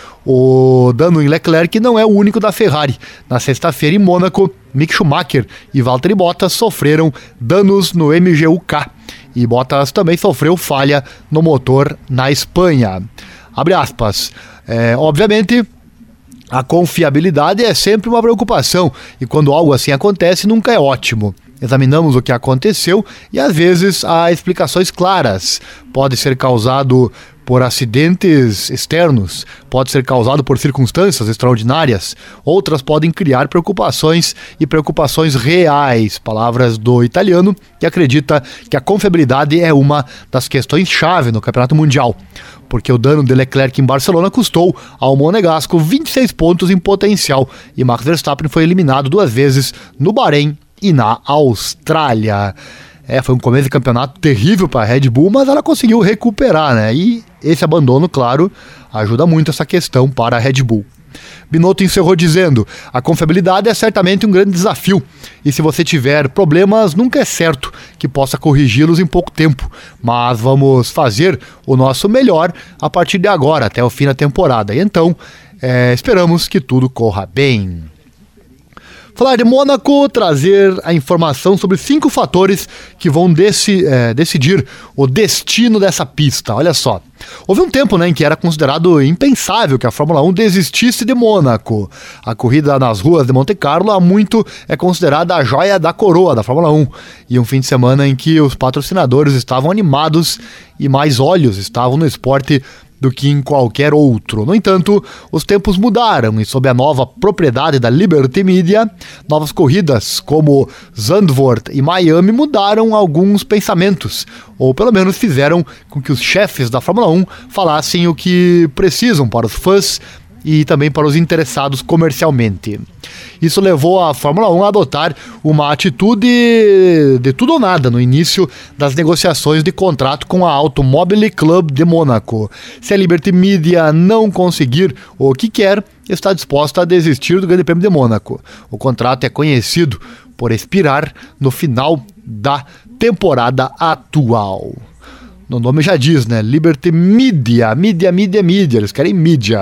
O dano em Leclerc não é o único da Ferrari. Na sexta-feira em Mônaco, Mick Schumacher e Valtteri Bottas sofreram danos no M G U K e Bottas também sofreu falha no motor na Espanha. Abre aspas. É, obviamente, a confiabilidade é sempre uma preocupação e quando algo assim acontece nunca é ótimo. Examinamos o que aconteceu e às vezes há explicações claras. Pode ser causado por acidentes externos, pode ser causado por circunstâncias extraordinárias, outras podem criar preocupações e preocupações reais, palavras do italiano, que acredita que a confiabilidade é uma das questões-chave no Campeonato Mundial, porque o dano de Leclerc em Barcelona custou ao monegasco vinte e seis pontos em potencial e Max Verstappen foi eliminado duas vezes no Bahrein e na Austrália. É, foi um começo de campeonato terrível para a Red Bull, mas ela conseguiu recuperar, né? E esse abandono, claro, ajuda muito essa questão para a Red Bull. Binotto encerrou dizendo: a confiabilidade é certamente um grande desafio, e se você tiver problemas, nunca é certo que possa corrigi-los em pouco tempo, mas vamos fazer o nosso melhor a partir de agora, até o fim da temporada, e então é, esperamos que tudo corra bem. Falar de Mônaco, trazer a informação sobre cinco fatores que vão deci, é, decidir o destino dessa pista. Olha só, houve um tempo, né, em que era considerado impensável que a Fórmula um desistisse de Mônaco. A corrida nas ruas de Monte Carlo há muito é considerada a joia da coroa da Fórmula um. E um fim de semana em que os patrocinadores estavam animados e mais olhos estavam no esporte do que em qualquer outro. No entanto, os tempos mudaram e sob a nova propriedade da Liberty Media, novas corridas como Zandvoort e Miami mudaram alguns pensamentos, ou pelo menos fizeram com que os chefes da Fórmula um falassem o que precisam para os fãs e também para os interessados comercialmente. Isso levou a Fórmula um a adotar uma atitude de tudo ou nada no início das negociações de contrato com a Automobile Club de Mônaco. Se a Liberty Media não conseguir o que quer, está disposta a desistir do Grande Prêmio de Mônaco. O contrato é conhecido por expirar no final da temporada atual. No nome já diz, né? Liberty Media, mídia, mídia, mídia, eles querem mídia.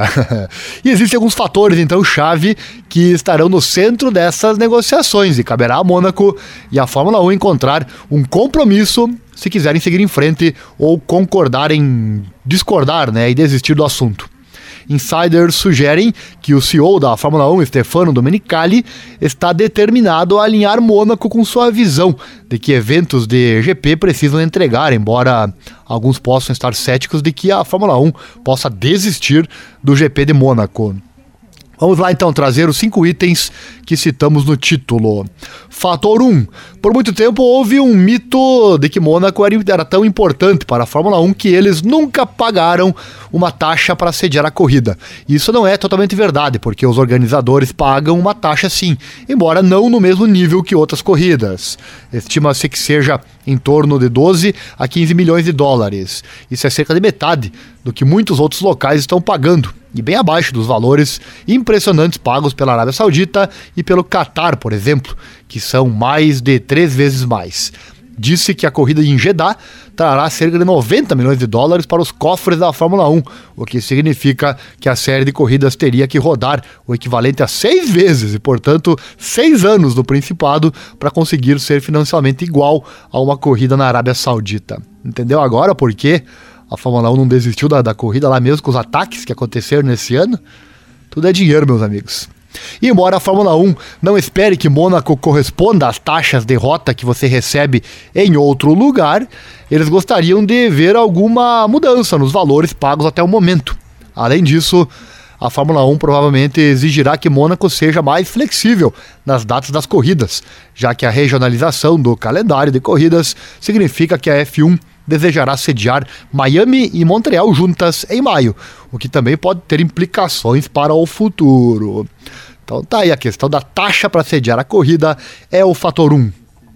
E existem alguns fatores, então, chave que estarão no centro dessas negociações e caberá a Mônaco e a Fórmula um encontrar um compromisso se quiserem seguir em frente ou concordar em discordar, né? E desistir do assunto. Insiders sugerem que o C E O da Fórmula um, Stefano Domenicali, está determinado a alinhar Mônaco com sua visão de que eventos de G P precisam entregar, embora alguns possam estar céticos de que a Fórmula um possa desistir do G P de Mônaco. Vamos lá então trazer os cinco itens que citamos no título. Fator um. Por muito tempo houve um mito de que Mônaco era, era tão importante para a Fórmula um que eles nunca pagaram uma taxa para sediar a corrida. Isso não é totalmente verdade, porque os organizadores pagam uma taxa sim, embora não no mesmo nível que outras corridas. Estima-se que seja em torno de doze a quinze milhões de dólares. Isso é cerca de metade do que muitos outros locais estão pagando, e bem abaixo dos valores impressionantes pagos pela Arábia Saudita e pelo Catar, por exemplo, que são mais de três vezes mais. Disse que a corrida em Jeddah trará cerca de noventa milhões de dólares para os cofres da Fórmula um, o que significa que a série de corridas teria que rodar o equivalente a seis vezes e, portanto, seis anos no Principado para conseguir ser financeiramente igual a uma corrida na Arábia Saudita. Entendeu agora por quê a Fórmula um não desistiu da, da corrida lá mesmo com os ataques que aconteceram nesse ano? Tudo é dinheiro, meus amigos. E embora a Fórmula um não espere que Mônaco corresponda às taxas de rota que você recebe em outro lugar, eles gostariam de ver alguma mudança nos valores pagos até o momento. Além disso, a Fórmula um provavelmente exigirá que Mônaco seja mais flexível nas datas das corridas, já que a regionalização do calendário de corridas significa que a F um desejará sediar Miami e Montreal juntas em maio, o que também pode ter implicações para o futuro. Então tá aí, a questão da taxa para sediar a corrida é o fator um.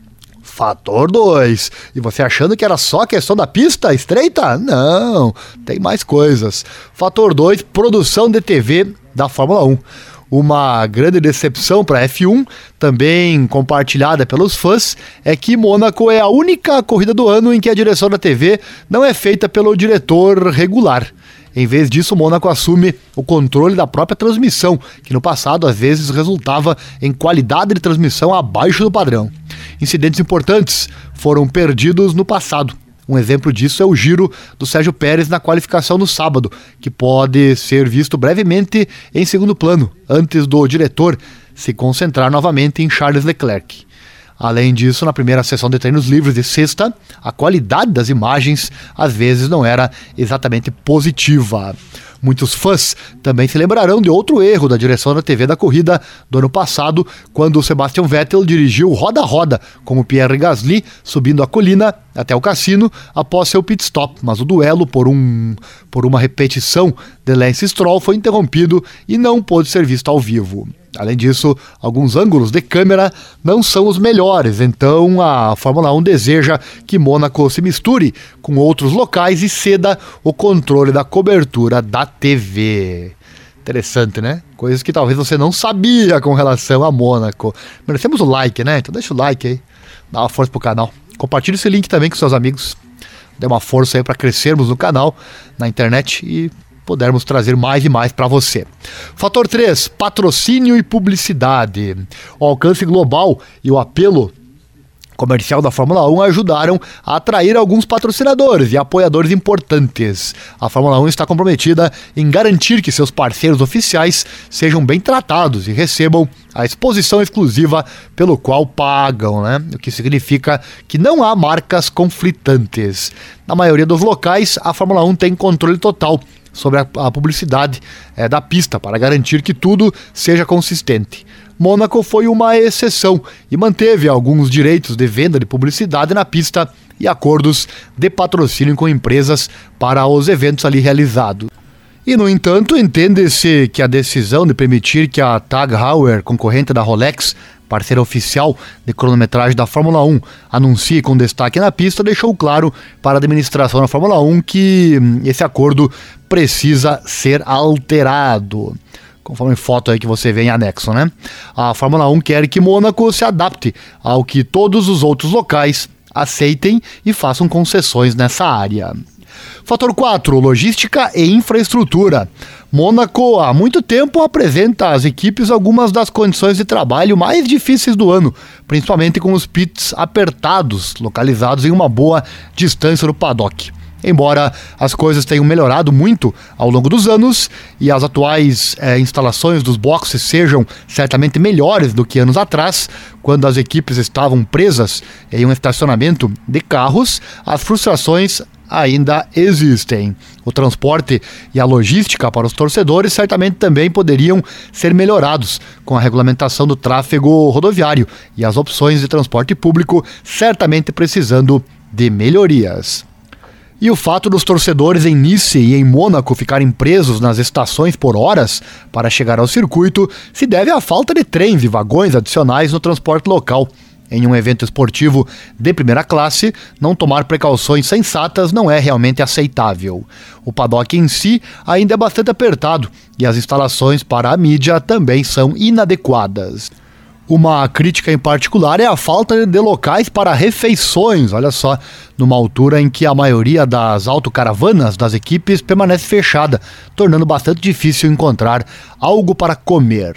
Fator dois. E você achando que era só a questão da pista estreita? Não, tem mais coisas. Fator dois, produção de T V da Fórmula um. Uma grande decepção para a F um, também compartilhada pelos fãs, é que Mônaco é a única corrida do ano em que a direção da T V não é feita pelo diretor regular. Em vez disso, Mônaco assume o controle da própria transmissão, que no passado às vezes resultava em qualidade de transmissão abaixo do padrão. Incidentes importantes foram perdidos no passado. Um exemplo disso é o giro do Sérgio Pérez na qualificação no sábado, que pode ser visto brevemente em segundo plano, antes do diretor se concentrar novamente em Charles Leclerc. Além disso, na primeira sessão de treinos livres de sexta, a qualidade das imagens às vezes não era exatamente positiva. Muitos fãs também se lembrarão de outro erro da direção da T V da corrida do ano passado, quando Sebastian Vettel dirigiu roda a roda com o Pierre Gasly subindo a colina até o cassino após seu pit stop, mas o duelo por, um, por uma repetição de Lance Stroll foi interrompido e não pôde ser visto ao vivo. Além disso, alguns ângulos de câmera não são os melhores, então a Fórmula um deseja que Mônaco se misture com outros locais e ceda o controle da cobertura da T V. Interessante, né? Coisas que talvez você não sabia com relação a Mônaco. Merecemos o like, né? Então deixa o like aí, dá uma força pro canal. Compartilhe esse link também com seus amigos. Dê uma força aí para crescermos no canal, na internet e pudermos trazer mais e mais para você. Fator três, patrocínio e publicidade. O alcance global e o apelo comercial da Fórmula um ajudaram a atrair alguns patrocinadores e apoiadores importantes. A Fórmula um está comprometida em garantir que seus parceiros oficiais sejam bem tratados e recebam a exposição exclusiva pelo qual pagam, né? O que significa que não há marcas conflitantes. Na maioria dos locais, a Fórmula um tem controle total sobre a, a publicidade é, da pista para garantir que tudo seja consistente. Mônaco foi uma exceção e manteve alguns direitos de venda de publicidade na pista e acordos de patrocínio com empresas para os eventos ali realizados. E, no entanto, entende-se que a decisão de permitir que a Tag Heuer, concorrente da Rolex, parceira oficial de cronometragem da Fórmula um, anuncie com destaque na pista, deixou claro para a administração da Fórmula um que esse acordo precisa ser alterado. conforme foto aí que você vê em anexo, né? A Fórmula um quer que Mônaco se adapte ao que todos os outros locais aceitem e façam concessões nessa área. Fator quatro, logística e infraestrutura. Mônaco há muito tempo apresenta às equipes algumas das condições de trabalho mais difíceis do ano, principalmente com os pits apertados, localizados em uma boa distância do paddock. Embora as coisas tenham melhorado muito ao longo dos anos e as atuais eh, instalações dos boxes sejam certamente melhores do que anos atrás, quando as equipes estavam presas em um estacionamento de carros, as frustrações ainda existem. O transporte e a logística para os torcedores certamente também poderiam ser melhorados com a regulamentação do tráfego rodoviário e as opções de transporte público certamente precisando de melhorias. E o fato dos torcedores em Nice e em Mônaco ficarem presos nas estações por horas para chegar ao circuito se deve à falta de trens e vagões adicionais no transporte local. Em um evento esportivo de primeira classe, não tomar precauções sensatas não é realmente aceitável. O paddock em si ainda é bastante apertado e as instalações para a mídia também são inadequadas. Uma crítica em particular é a falta de locais para refeições, olha só, numa altura em que a maioria das autocaravanas das equipes permanece fechada, tornando bastante difícil encontrar algo para comer.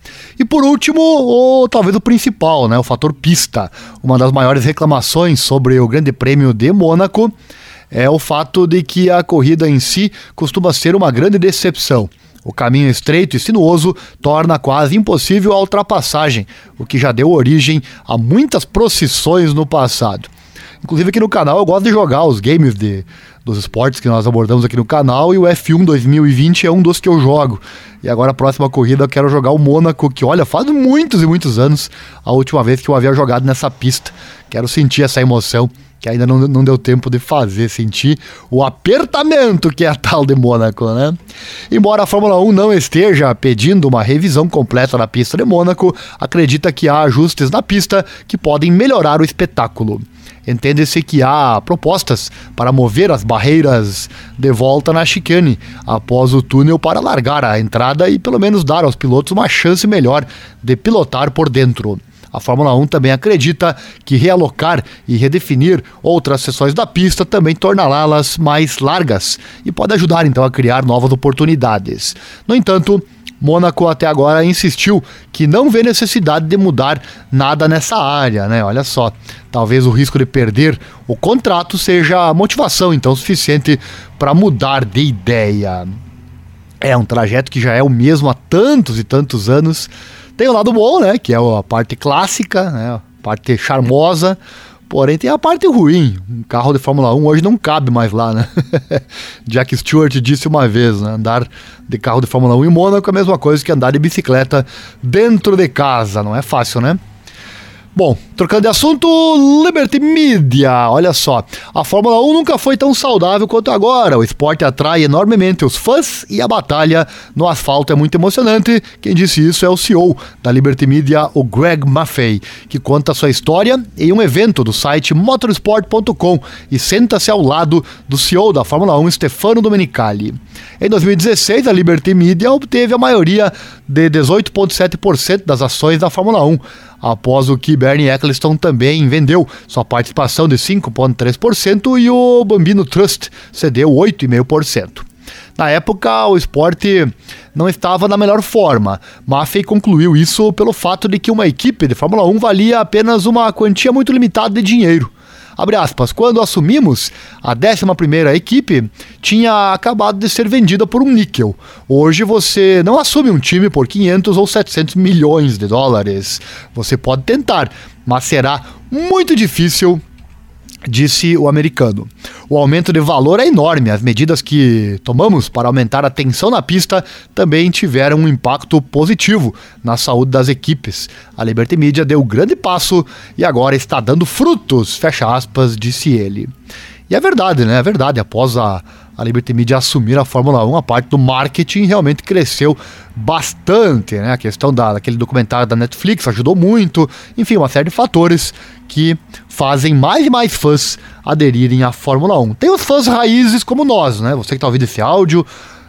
E por último, ou talvez o principal, né, o fator pista. Uma das maiores reclamações sobre o Grande Prêmio de Mônaco é o fato de que a corrida em si costuma ser uma grande decepção. O caminho estreito e sinuoso torna quase impossível a ultrapassagem, o que já deu origem a muitas procissões no passado. Inclusive aqui no canal eu gosto de jogar os games de, dos esportes que nós abordamos aqui no canal, e o F um dois mil e vinte é um dos que eu jogo. E agora a próxima corrida eu quero jogar o Mônaco, que olha, faz muitos e muitos anos a última vez que eu havia jogado nessa pista. Quero sentir essa emoção que ainda não, não deu tempo de fazer, sentir o apertamento que é a tal de Mônaco, né? Embora a Fórmula um não esteja pedindo uma revisão completa da pista de Mônaco, acredita que há ajustes na pista que podem melhorar o espetáculo. Entende-se que há propostas para mover as barreiras de volta na chicane após o túnel para largar a entrada e pelo menos dar aos pilotos uma chance melhor de pilotar por dentro. A Fórmula um também acredita que realocar e redefinir outras seções da pista também torná-las mais largas e pode ajudar então a criar novas oportunidades. No entanto, Mônaco até agora insistiu que não vê necessidade de mudar nada nessa área, né? Olha só, talvez o risco de perder o contrato seja a motivação então suficiente para mudar de ideia. É um trajeto que já é o mesmo há tantos e tantos anos. Tem o lado bom, né, que é a parte clássica, né, a parte charmosa, porém tem a parte ruim. Um carro de Fórmula um hoje não cabe mais lá, né? Jack Stewart disse uma vez, né, andar de carro de Fórmula um em Mônaco é a mesma coisa que andar de bicicleta dentro de casa, não é fácil, né? Bom, trocando de assunto, Liberty Media, olha só, a Fórmula um nunca foi tão saudável quanto agora, o esporte atrai enormemente os fãs e a batalha no asfalto é muito emocionante. Quem disse isso é o C E O da Liberty Media, o Greg Maffei, que conta a sua história em um evento do site motorsport ponto com e senta-se ao lado do C E O da Fórmula um, Stefano Domenicali. Em dois mil e dezesseis, a Liberty Media obteve a maioria de dezoito vírgula sete por cento das ações da Fórmula um, após o que Bernie Ecclestone também vendeu sua participação de cinco vírgula três por cento e o Bambino Trust cedeu oito vírgula cinco por cento. Na época, o esporte não estava na melhor forma. Maffei concluiu isso pelo fato de que uma equipe de Fórmula um valia apenas uma quantia muito limitada de dinheiro. Abre aspas, quando assumimos, a décima primeira equipe tinha acabado de ser vendida por um níquel. Hoje você não assume um time por quinhentos ou setecentos milhões de dólares. Você pode tentar, mas será muito difícil, disse o americano. O aumento de valor é enorme. As medidas que tomamos para aumentar a tensão na pista também tiveram um impacto positivo na saúde das equipes. A Liberty Media deu um grande passo e agora está dando frutos, fecha aspas, disse ele. E é verdade, né? É verdade. Após a, a Liberty Media assumir a Fórmula um, a parte do marketing realmente cresceu bastante, né? A questão da, daquele documentário da Netflix ajudou muito. Enfim, uma série de fatores que fazem mais e mais fãs aderirem à Fórmula um. Tem os fãs raízes como nós, né? Você que está ouvindo esse áudio,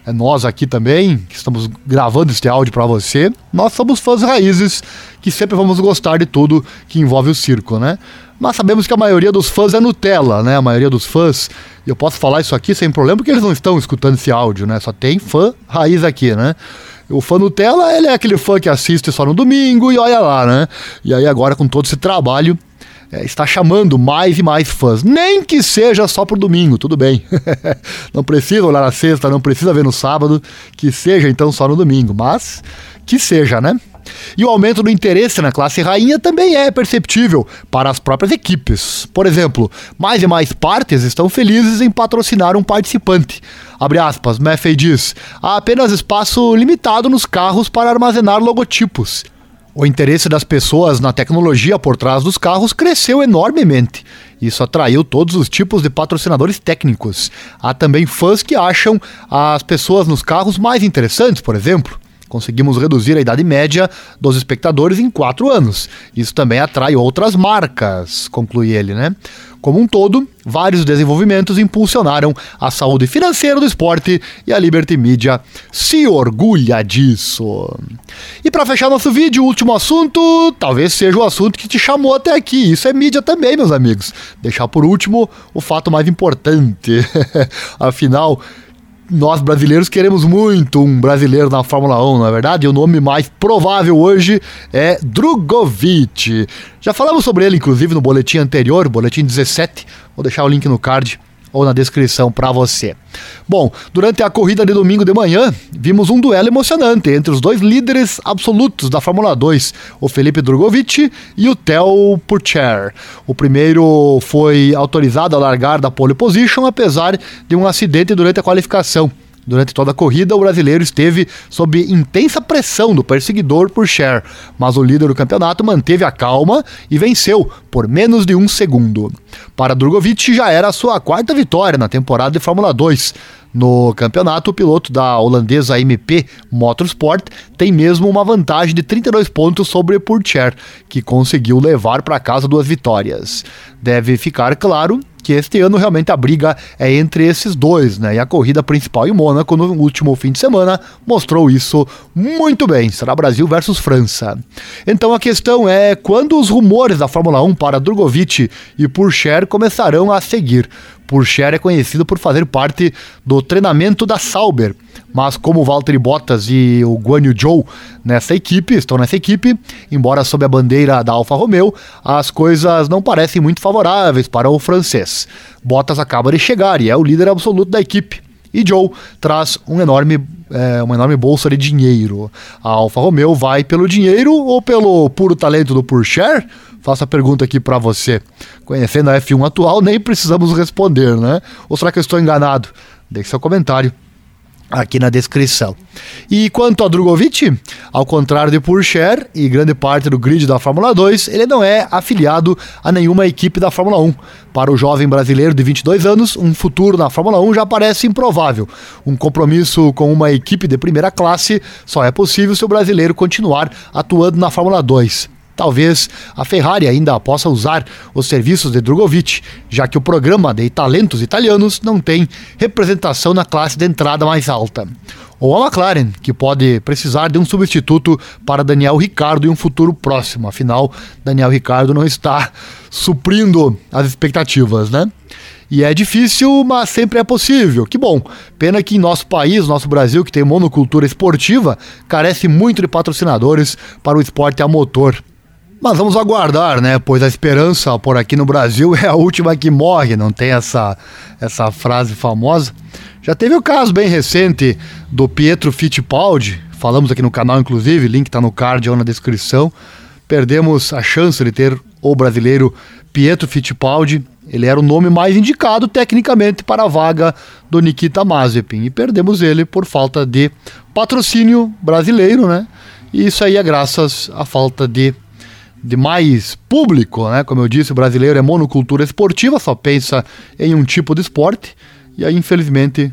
é nós aqui também, que estamos gravando este áudio para você, nós somos fãs raízes, que sempre vamos gostar de tudo que envolve o circo, né? Mas sabemos que a maioria dos fãs é Nutella, né? A maioria dos fãs, e eu posso falar isso aqui sem problema, porque eles não estão escutando esse áudio, né? Só tem fã raiz aqui, né? O fã Nutella, ele é aquele fã que assiste só no domingo e olha lá, né? E aí agora com todo esse trabalho, é, está chamando mais e mais fãs. Nem que seja só pro domingo, tudo bem. Não precisa olhar na sexta, não precisa ver no sábado, que seja então só no domingo, mas que seja, né? E o aumento do interesse na classe rainha também é perceptível para as próprias equipes. Por exemplo, mais e mais partes estão felizes em patrocinar um participante. Abre aspas, Maffei diz, há apenas espaço limitado nos carros para armazenar logotipos. O interesse das pessoas na tecnologia por trás dos carros cresceu enormemente. Isso atraiu todos os tipos de patrocinadores técnicos. Há também fãs que acham as pessoas nos carros mais interessantes, por exemplo. Conseguimos reduzir a idade média dos espectadores em quatro anos. Isso também atrai outras marcas, conclui ele, né? Como um todo, vários desenvolvimentos impulsionaram a saúde financeira do esporte e a Liberty Media se orgulha disso. E para fechar nosso vídeo, o último assunto, talvez seja o assunto que te chamou até aqui. Isso é mídia também, meus amigos. Deixar por último o fato mais importante. Afinal, nós brasileiros queremos muito um brasileiro na Fórmula um, não é verdade? E o nome mais provável hoje é Drugovich. Já falamos sobre ele, inclusive, no boletim anterior, boletim dezessete. Vou deixar o link no card ou na descrição para você. Bom, durante a corrida de domingo de manhã, vimos um duelo emocionante entre os dois líderes absolutos da Fórmula dois, o Felipe Drugovich e o Theo Pourchaire. O primeiro foi autorizado a largar da pole position, apesar de um acidente durante a qualificação. Durante toda a corrida, o brasileiro esteve sob intensa pressão do perseguidor Pourchaire, mas o líder do campeonato manteve a calma e venceu por menos de um segundo. Para Drugovich, já era a sua quarta vitória na temporada de Fórmula dois. No campeonato, o piloto da holandesa M P Motorsport tem mesmo uma vantagem de trinta e dois pontos sobre Pourchaire, que conseguiu levar para casa duas vitórias. Deve ficar claro que este ano realmente a briga é entre esses dois, né? E a corrida principal em Mônaco no último fim de semana mostrou isso muito bem. Será Brasil versus França. Então a questão é quando os rumores da Fórmula um para Drugovich e Pourchaire começarão a seguir. Pourchaire é conhecido por fazer parte do treinamento da Sauber, mas como o Valtteri Bottas e o Guan Yu Zhou nessa equipe, estão nessa equipe, embora sob a bandeira da Alfa Romeo, as coisas não parecem muito favoráveis para o francês. Bottas acaba de chegar e é o líder absoluto da equipe. E Zhou traz um enorme, é, uma enorme bolsa de dinheiro. A Alfa Romeo vai pelo dinheiro ou pelo puro talento do Pourchaire? Faço a pergunta aqui pra você. Conhecendo a F um atual, nem precisamos responder, né? Ou será que eu estou enganado? Deixe seu comentário aqui na descrição. E quanto a Drugovich, ao contrário de Pourchaire e grande parte do grid da Fórmula dois, ele não é afiliado a nenhuma equipe da Fórmula um. Para o jovem brasileiro de vinte e dois anos, um futuro na Fórmula um já parece improvável. Um compromisso com uma equipe de primeira classe só é possível se o brasileiro continuar atuando na Fórmula dois. Talvez a Ferrari ainda possa usar os serviços de Drugovich, já que o programa de talentos italianos não tem representação na classe de entrada mais alta. Ou a McLaren, que pode precisar de um substituto para Daniel Ricciardo em um futuro próximo. Afinal, Daniel Ricciardo não está suprindo as expectativas, né? E é difícil, mas sempre é possível. Que bom. Pena que em nosso país, nosso Brasil, que tem monocultura esportiva, carece muito de patrocinadores para o esporte a motor. Mas vamos aguardar, né? Pois a esperança por aqui no Brasil é a última que morre, não tem essa, essa frase famosa. Já teve o caso bem recente do Pietro Fittipaldi, falamos aqui no canal inclusive, link tá no card ou na descrição. Perdemos a chance de ter o brasileiro Pietro Fittipaldi, ele era o nome mais indicado tecnicamente para a vaga do Nikita Mazepin, e perdemos ele por falta de patrocínio brasileiro, né? E isso aí é graças à falta de de mais público, né? Como eu disse, o brasileiro é monocultura esportiva, só pensa em um tipo de esporte, e aí infelizmente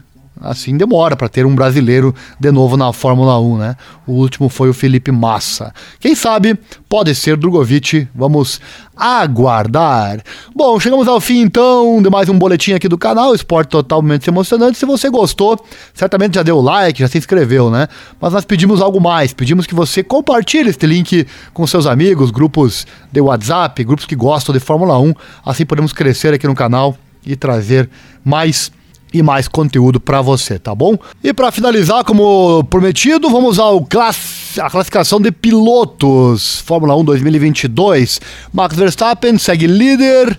assim demora para ter um brasileiro de novo na Fórmula um, né? O último foi o Felipe Massa. Quem sabe pode ser Drogovic, vamos aguardar. Bom, chegamos ao fim então de mais um boletim aqui do canal, Esporte Total Momentos Emocionantes. Se você gostou, certamente já deu like, já se inscreveu, né? Mas nós pedimos algo mais, pedimos que você compartilhe este link com seus amigos, grupos de WhatsApp, grupos que gostam de Fórmula um, assim podemos crescer aqui no canal e trazer mais e mais conteúdo para você, tá bom? E para finalizar, como prometido, vamos ao class... a classificação de pilotos Fórmula um dois mil e vinte e dois. Max Verstappen segue líder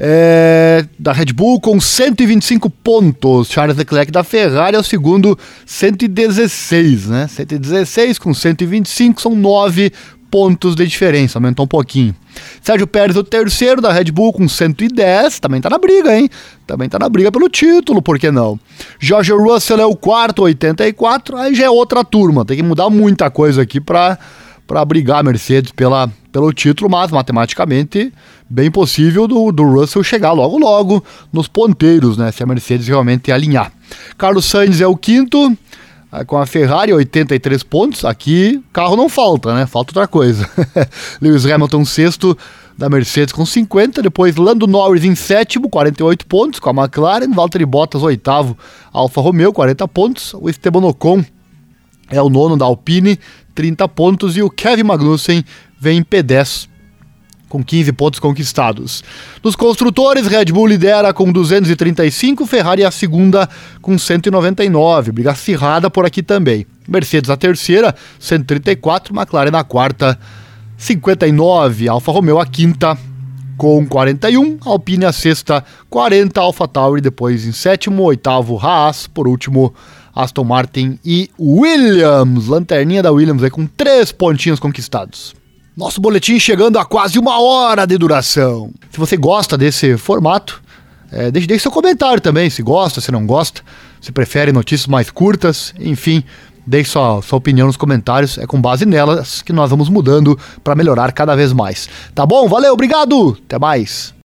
é, da Red Bull com cento e vinte e cinco pontos. Charles Leclerc da Ferrari é o segundo, cento e dezesseis, né? cento e dezesseis com cento e vinte e cinco, são nove pontos de diferença, aumentou um pouquinho. Sérgio Pérez, o terceiro da Red Bull com cento e dez, também tá na briga, hein? Também tá na briga pelo título, por que não? George Russell é o quarto, oitenta e quatro, aí já é outra turma, tem que mudar muita coisa aqui pra, pra brigar a Mercedes pela, pelo título, mas matematicamente bem possível do, do Russell chegar logo logo nos ponteiros, né? Se a Mercedes realmente alinhar. Carlos Sainz é o quinto, com a Ferrari, oitenta e três pontos. Aqui, carro não falta, né? Falta outra coisa. Lewis Hamilton, sexto, da Mercedes com cinquenta. Depois, Lando Norris em sétimo, quarenta e oito pontos, com a McLaren. Valtteri Bottas, oitavo, Alfa Romeo, quarenta pontos. O Esteban Ocon é o nono da Alpine, trinta pontos. E o Kevin Magnussen vem em P dez, com quinze pontos conquistados. Nos construtores, Red Bull lidera com duzentos e trinta e cinco, Ferrari a segunda com cento e noventa e nove, briga acirrada por aqui também. Mercedes a terceira, cento e trinta e quatro, McLaren a quarta, cinquenta e nove, Alfa Romeo a quinta com quarenta e um, Alpine a sexta, quarenta, AlphaTauri depois em sétimo, oitavo Haas, por último Aston Martin e Williams, lanterninha da Williams aí com três pontinhos conquistados. Nosso boletim chegando a quase uma hora de duração. Se você gosta desse formato, é, deixe, deixe seu comentário também, se gosta, se não gosta, se prefere notícias mais curtas, enfim, deixe sua, sua opinião nos comentários, é com base nelas que nós vamos mudando para melhorar cada vez mais. Tá bom? Valeu, obrigado, até mais.